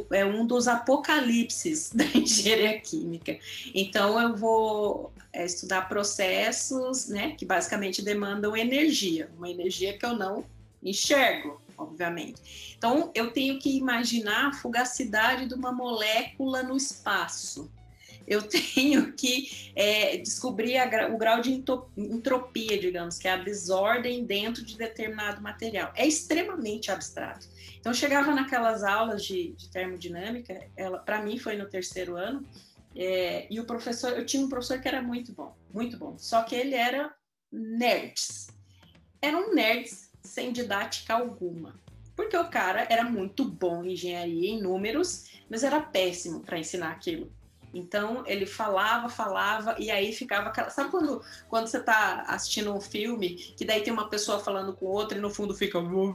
dos apocalipses da engenharia química. Então eu vou estudar processos, né, que basicamente demandam energia, uma energia que eu não enxergo, obviamente. Então, eu tenho que imaginar a fugacidade de uma molécula no espaço. Eu tenho que descobrir o grau de entropia, digamos, que é a desordem dentro de determinado material. É extremamente abstrato. Então, eu chegava naquelas aulas de termodinâmica, para mim foi no terceiro ano, e eu tinha um professor que era muito bom, só que ele era nerds. Eram nerds sem didática alguma. Porque o cara era muito bom em engenharia, em números, mas era péssimo para ensinar aquilo. Então, ele falava, e aí ficava aquela... Sabe quando você tá assistindo um filme, que daí tem uma pessoa falando com outra e no fundo fica...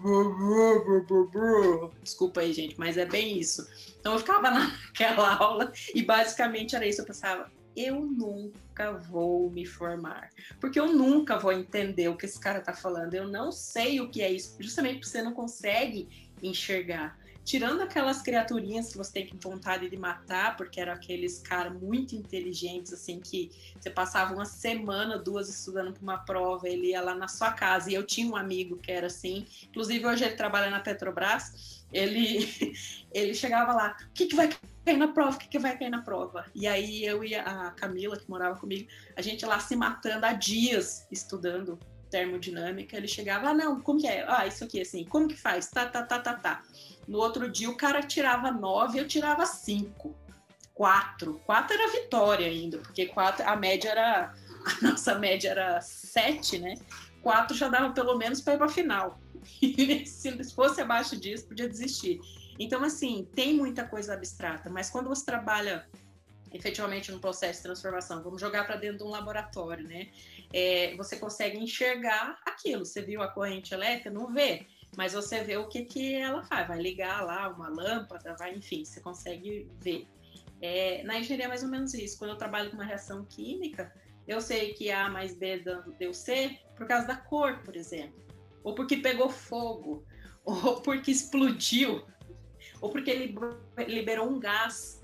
Desculpa aí, gente, mas é bem isso. Então, eu ficava naquela aula e basicamente era isso. Eu pensava, eu nunca vou me formar, porque eu nunca vou entender o que esse cara tá falando. Eu não sei o que é isso, justamente porque você não consegue enxergar. tirando aquelas criaturinhas que você tem vontade de matar, porque eram aqueles caras muito inteligentes, assim, que você passava uma semana, 2 estudando para uma prova, ele ia lá na sua casa, e eu tinha um amigo que era assim, inclusive hoje ele trabalha na Petrobras, ele chegava lá, o que vai cair na prova, o que vai cair na prova? E aí eu e a Camila, que morava comigo, a gente lá se matando há dias estudando termodinâmica, ele chegava, não, como que é? Isso aqui, assim, como que faz? Tá. No outro dia o cara tirava 9, eu tirava 5. 4 era vitória ainda, porque 4, a nossa média era 7, né? 4 já dava pelo menos para ir para a final. E se fosse abaixo disso, podia desistir. Então, assim, tem muita coisa abstrata, mas quando você trabalha efetivamente no processo de transformação, vamos jogar para dentro de um laboratório, né? Você consegue enxergar aquilo. Você viu a corrente elétrica? Não vê, mas você vê o que ela faz. Vai ligar lá uma lâmpada, enfim, você consegue ver. Na engenharia é mais ou menos isso. Quando eu trabalho com uma reação química, eu sei que A mais B deu C por causa da cor, por exemplo. Ou porque pegou fogo, ou porque explodiu, ou porque liberou um gás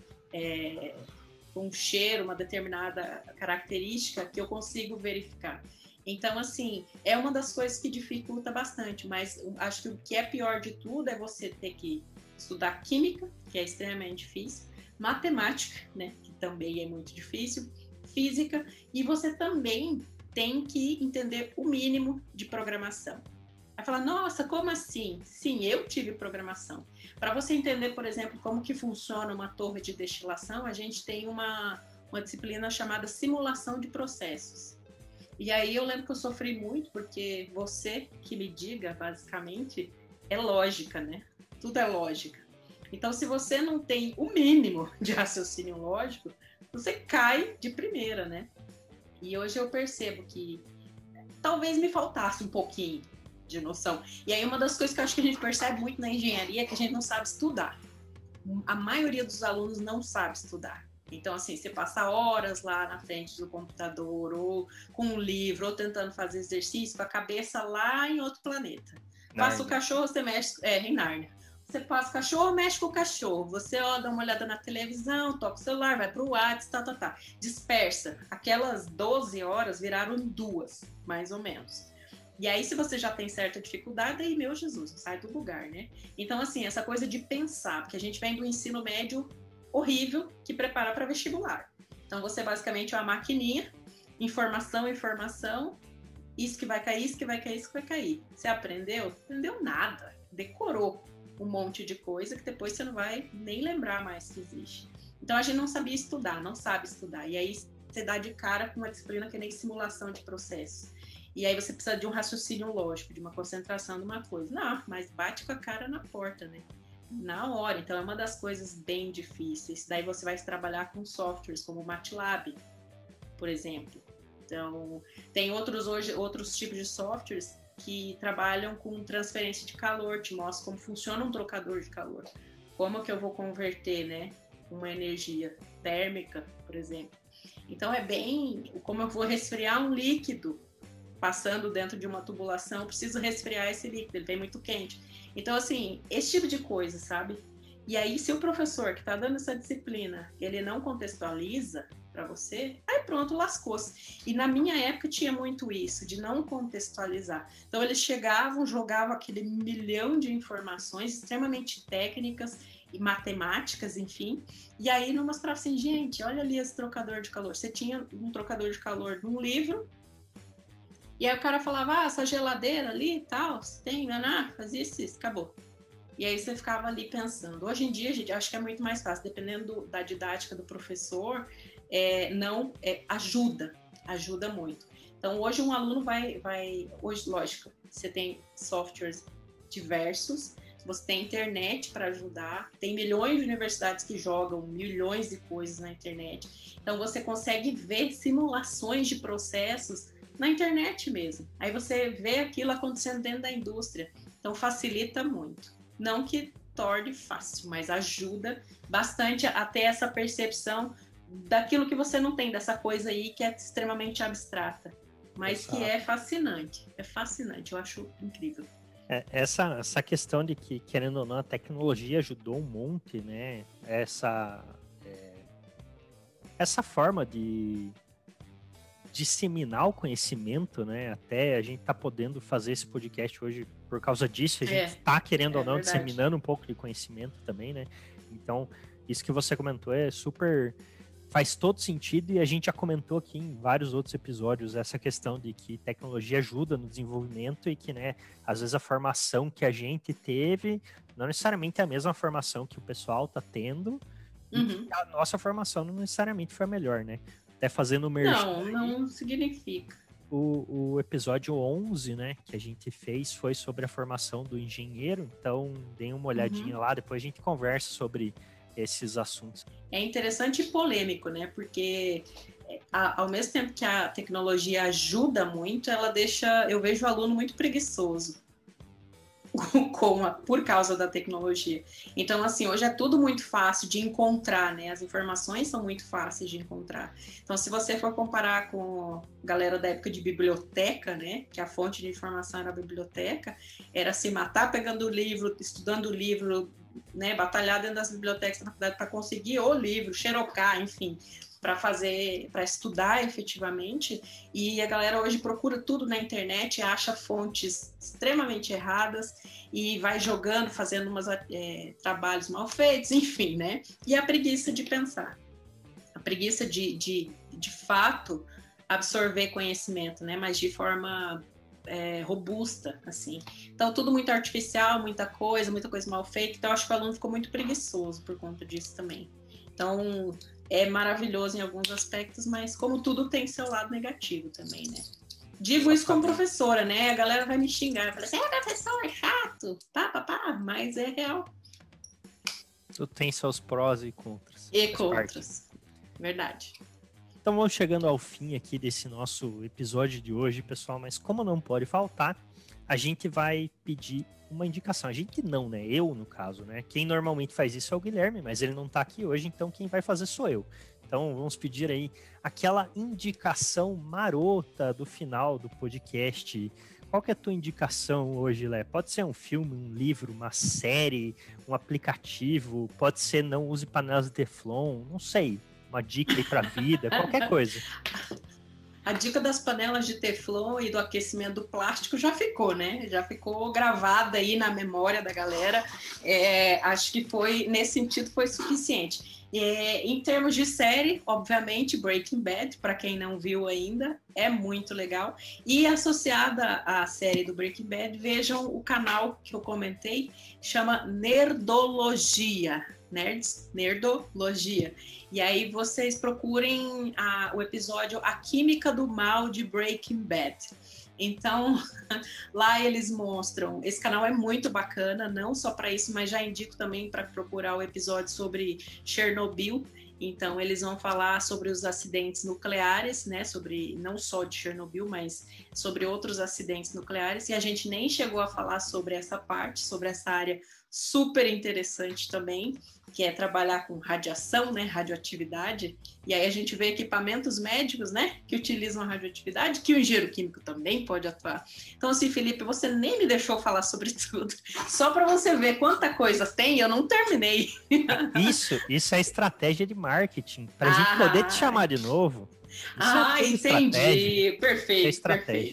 com um cheiro, uma determinada característica que eu consigo verificar. Então, assim, é uma das coisas que dificulta bastante, mas acho que o que é pior de tudo é você ter que estudar química, que é extremamente difícil, matemática, né, que também é muito difícil, física, e você também tem que entender o mínimo de programação. Vai falar, nossa, como assim? Sim, eu tive programação. Para você entender, por exemplo, como que funciona uma torre de destilação, a gente tem uma disciplina chamada simulação de processos. E aí eu lembro que eu sofri muito, porque você que me diga, basicamente, é lógica, né? Tudo é lógica. Então, se você não tem o mínimo de raciocínio lógico, você cai de primeira, né? E hoje eu percebo que talvez me faltasse um pouquinho de noção. E aí uma das coisas que eu acho que a gente percebe muito na engenharia é que a gente não sabe estudar. A maioria dos alunos não sabe estudar. Então, assim, você passa horas lá na frente do computador, ou com um livro, ou tentando fazer exercício, com a cabeça lá em outro planeta. Passa o cachorro, você mexe... em Nárnia. Você passa o cachorro, mexe com o cachorro. Você dá uma olhada na televisão, toca o celular, vai pro WhatsApp, tá. Dispersa. Aquelas 12 horas viraram 2, mais ou menos. E aí, se você já tem certa dificuldade, aí, meu Jesus, sai do lugar, né? Então, assim, essa coisa de pensar, porque a gente vem do ensino médio horrível que prepara para vestibular. Então, você basicamente é uma maquininha, informação, isso que vai cair, isso que vai cair, isso que vai cair. Você aprendeu? Aprendeu nada. Decorou um monte de coisa que depois você não vai nem lembrar mais que existe. Então, a gente não sabia estudar, não sabe estudar. E aí, você dá de cara com uma disciplina que nem simulação de processo. E aí você precisa de um raciocínio lógico, de uma concentração de uma coisa. Não, mas bate com a cara na porta, né? Na hora. Então é uma das coisas bem difíceis. Daí você vai trabalhar com softwares como o MATLAB, por exemplo. Então tem outros tipos de softwares que trabalham com transferência de calor, te mostra como funciona um trocador de calor. Como que eu vou converter, né, uma energia térmica, por exemplo. Então é bem como eu vou resfriar um líquido passando dentro de uma tubulação, eu preciso resfriar esse líquido, ele vem muito quente. Então, assim, esse tipo de coisa, sabe? E aí, se o professor que está dando essa disciplina, ele não contextualiza para você, aí pronto, lascou-se. E na minha época tinha muito isso, de não contextualizar. Então, eles chegavam, jogavam aquele milhão de informações extremamente técnicas e matemáticas, enfim, e aí não mostrava assim, gente, olha ali esse trocador de calor. Você tinha um trocador de calor num livro, e aí o cara falava, essa geladeira ali e tal, você tem, fazia isso, acabou. E aí você ficava ali pensando. Hoje em dia, gente, acho que é muito mais fácil, dependendo da didática do professor, ajuda muito. Então, hoje um aluno hoje, lógico, você tem softwares diversos, você tem internet para ajudar, tem milhões de universidades que jogam milhões de coisas na internet. Então, você consegue ver simulações de processos na internet mesmo. Aí você vê aquilo acontecendo dentro da indústria. Então, facilita muito. Não que torne fácil, mas ajuda bastante a ter essa percepção daquilo que você não tem, dessa coisa aí que é extremamente abstrata, mas Exato. Que é fascinante. É fascinante, eu acho incrível. Essa questão de que, querendo ou não, a tecnologia ajudou um monte, né? Essa forma de disseminar o conhecimento, né? Até a gente tá podendo fazer esse podcast hoje por causa disso. A gente tá, querendo ou não, verdade. disseminando um pouco de conhecimento também, né? Então, isso que você comentou faz todo sentido, e a gente já comentou aqui em vários outros episódios essa questão de que tecnologia ajuda no desenvolvimento e que, né, às vezes a formação que a gente teve não necessariamente é a mesma formação que o pessoal tá tendo, e que a nossa formação não necessariamente foi a melhor, né? Até fazendo o merchan. Não significa. O episódio 11, né, que a gente fez foi sobre a formação do engenheiro, então deem uma olhadinha lá, depois a gente conversa sobre esses assuntos. É interessante e polêmico, né? Porque ao mesmo tempo que a tecnologia ajuda muito, eu vejo o aluno muito preguiçoso por causa da tecnologia. Então, assim, hoje é tudo muito fácil de encontrar, né? As informações são muito fáceis de encontrar. Então, se você for comparar com a galera da época de biblioteca, né? Que a fonte de informação era a biblioteca, era se matar pegando o livro, estudando o livro, né? Batalhar dentro das bibliotecas da faculdade para conseguir o livro, xerocar, enfim, para estudar efetivamente. E a galera hoje procura tudo na internet, acha fontes extremamente erradas e vai jogando, fazendo trabalhos mal feitos, enfim, né? E a preguiça de pensar, a preguiça de fato absorver conhecimento, né? Mas de forma robusta, assim. Então, tudo muito artificial, muita coisa mal feita. Então, acho que o aluno ficou muito preguiçoso por conta disso também. Então, é maravilhoso em alguns aspectos, mas como tudo tem seu lado negativo também, né? Digo isso como professora, né? A galera vai me xingar, vai falar assim, professor, é chato, mas é real. Tudo tem seus prós e contras. E contras, verdade. Então vamos chegando ao fim aqui desse nosso episódio de hoje, pessoal, mas como não pode faltar, a gente vai pedir uma indicação. A gente não, né? Eu, no caso, né? Quem normalmente faz isso é o Guilherme, mas ele não tá aqui hoje, então quem vai fazer sou eu. Então vamos pedir aí aquela indicação marota do final do podcast. Qual que é a tua indicação hoje, Lé? Pode ser um filme, um livro, uma série, um aplicativo, pode ser não use panelas de Teflon, não sei. Uma dica aí pra vida, qualquer coisa. A dica das panelas de Teflon e do aquecimento do plástico já ficou, né? Já ficou gravada aí na memória da galera. Acho que nesse sentido, foi suficiente. Em termos de série, obviamente, Breaking Bad, para quem não viu ainda, é muito legal. E associada à série do Breaking Bad, vejam o canal que eu comentei, chama Nerdologia. Nerdologia. E aí vocês procurem o episódio A Química do Mal de Breaking Bad. Então, lá eles mostram... Esse canal é muito bacana, não só para isso, mas já indico também para procurar o episódio sobre Chernobyl. Então, eles vão falar sobre os acidentes nucleares, né? Sobre não só de Chernobyl, mas sobre outros acidentes nucleares. E a gente nem chegou a falar sobre essa parte, sobre essa área super interessante também, que é trabalhar com radiação, né, radioatividade, e aí a gente vê equipamentos médicos, né, que utilizam a radioatividade, que o engenheiro químico também pode atuar. Então, assim, Felipe, você nem me deixou falar sobre tudo, só para você ver quanta coisa tem, eu não terminei. Isso é estratégia de marketing, para a gente poder te chamar de novo. Entendi. Perfeito.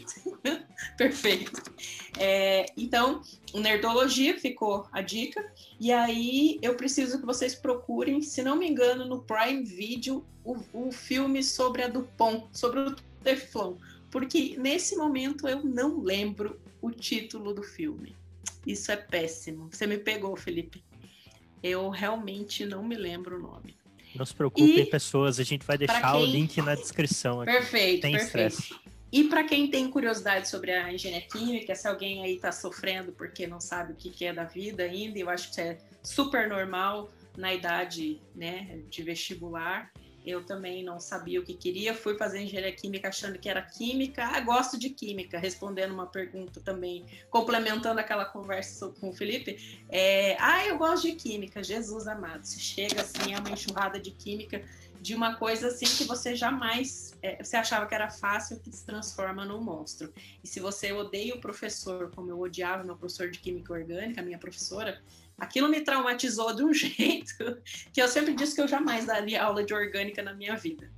Perfeito. Então, o Nerdologia ficou a dica. E aí, eu preciso que vocês procurem, se não me engano, no Prime Video, o filme sobre a Dupont, sobre o Teflon. Porque, nesse momento, eu não lembro o título do filme. Isso é péssimo. Você me pegou, Felipe. Eu realmente não me lembro o nome. Não se preocupem, pessoas, a gente vai deixar o link na descrição aqui. Perfeito. E para quem tem curiosidade sobre a engenharia química, se alguém aí está sofrendo porque não sabe o que é da vida ainda, eu acho que é super normal na idade, né, de vestibular. Eu também não sabia o que queria, fui fazer engenharia química achando que era química. Gosto de química, respondendo uma pergunta também, complementando aquela conversa com o Felipe. Eu gosto de química, Jesus amado. Se chega assim, é uma enxurrada de química, de uma coisa assim que você jamais você achava que era fácil, que se transforma num monstro. E se você odeia o professor, como eu odiava meu professor de Química Orgânica, a minha professora, aquilo me traumatizou de um jeito que eu sempre disse que eu jamais daria aula de orgânica na minha vida.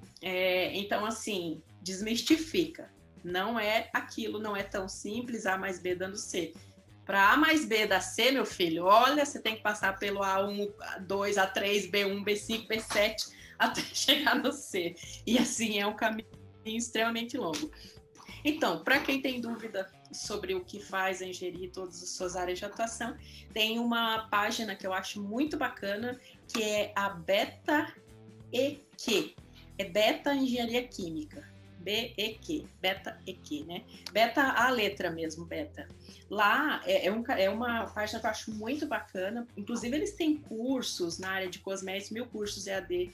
Então, assim, desmistifica. Não é aquilo, não é tão simples, A mais B dando C. Para A mais B dar C, meu filho, olha, você tem que passar pelo A1, A2, A3, B1, B5, B7, até chegar no C. E assim, é um caminho extremamente longo. Então, para quem tem dúvida sobre o que faz a engenharia e todas as suas áreas de atuação, tem uma página que eu acho muito bacana, que é a Beta EQ. É Beta Engenharia Química. BEQ, Beta EQ, né? Beta, a letra mesmo, Beta. Lá é uma página que eu acho muito bacana. Inclusive, eles têm cursos na área de cosméticos, 1000 cursos EAD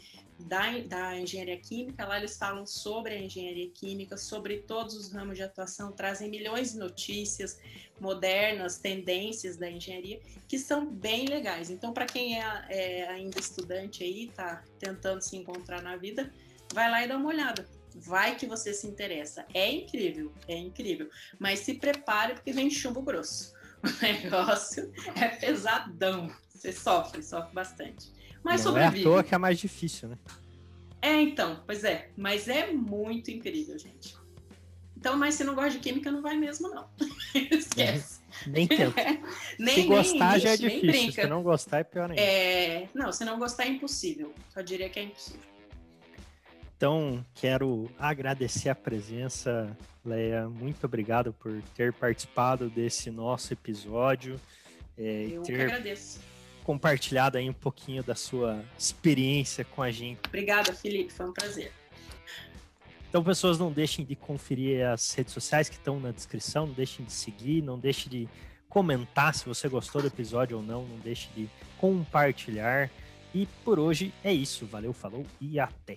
da engenharia química. Lá eles falam sobre a engenharia química, sobre todos os ramos de atuação, trazem milhões de notícias modernas, tendências da engenharia, que são bem legais. Então, para quem é ainda estudante aí, tá tentando se encontrar na vida, vai lá e dá uma olhada. Vai que você se interessa. É incrível. Mas se prepare porque vem chumbo grosso. O negócio é pesadão. Você sofre bastante. Mas não sobrevive. É à toa que é mais difícil, né? Então, pois é. Mas é muito incrível, gente. Então, mas se não gosta de química, não vai mesmo, não. Esquece. Nem tenta. Se gostar já é difícil. Brinca. Se não gostar é pior ainda. Não, se não gostar é impossível. Só diria que é impossível. Então, quero agradecer a presença, Leia. Muito obrigado por ter participado desse nosso episódio. Eu que agradeço. Compartilhado aí um pouquinho da sua experiência com a gente. Obrigada, Felipe. Foi um prazer. Então, pessoas, não deixem de conferir as redes sociais que estão na descrição. Não deixem de seguir. Não deixem de comentar se você gostou do episódio ou não. Não deixem de compartilhar. E por hoje é isso. Valeu, falou e até.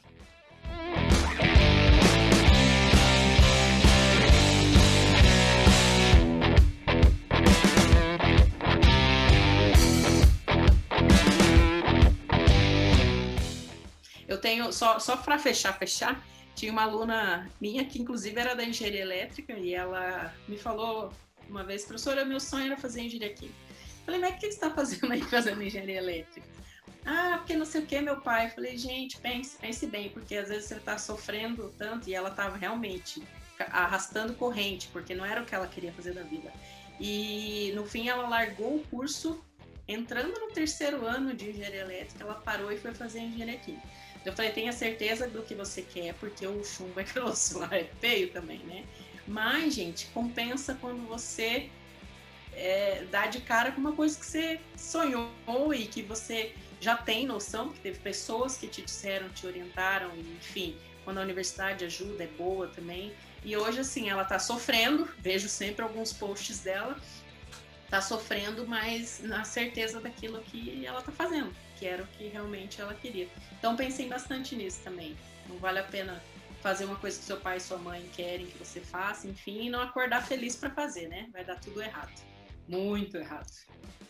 Eu tenho, só para fechar, tinha uma aluna minha que inclusive era da engenharia elétrica e ela me falou uma vez, professora, meu sonho era fazer engenharia química. Falei, mas o que você está fazendo aí fazendo engenharia elétrica? Porque não sei o que, meu pai. Falei, gente, pense bem, porque às vezes você está sofrendo tanto, e ela estava realmente arrastando corrente, porque não era o que ela queria fazer da vida. E no fim ela largou o curso, entrando no 3º ano de engenharia elétrica, ela parou e foi fazer engenharia química. Eu falei, tenha certeza do que você quer, porque o chumbo é grosso, é feio também, né? Mas, gente, compensa quando você dá de cara com uma coisa que você sonhou e que você já tem noção, porque teve pessoas que te disseram, te orientaram, enfim, quando a universidade ajuda, é boa também. E hoje, assim, ela tá sofrendo, vejo sempre alguns posts dela, tá sofrendo, mas na certeza daquilo que ela tá fazendo, que era o que realmente ela queria. Então pensem bastante nisso também. Não vale a pena fazer uma coisa que seu pai e sua mãe querem que você faça, enfim, e não acordar feliz para fazer, né? Vai dar tudo errado. Muito errado.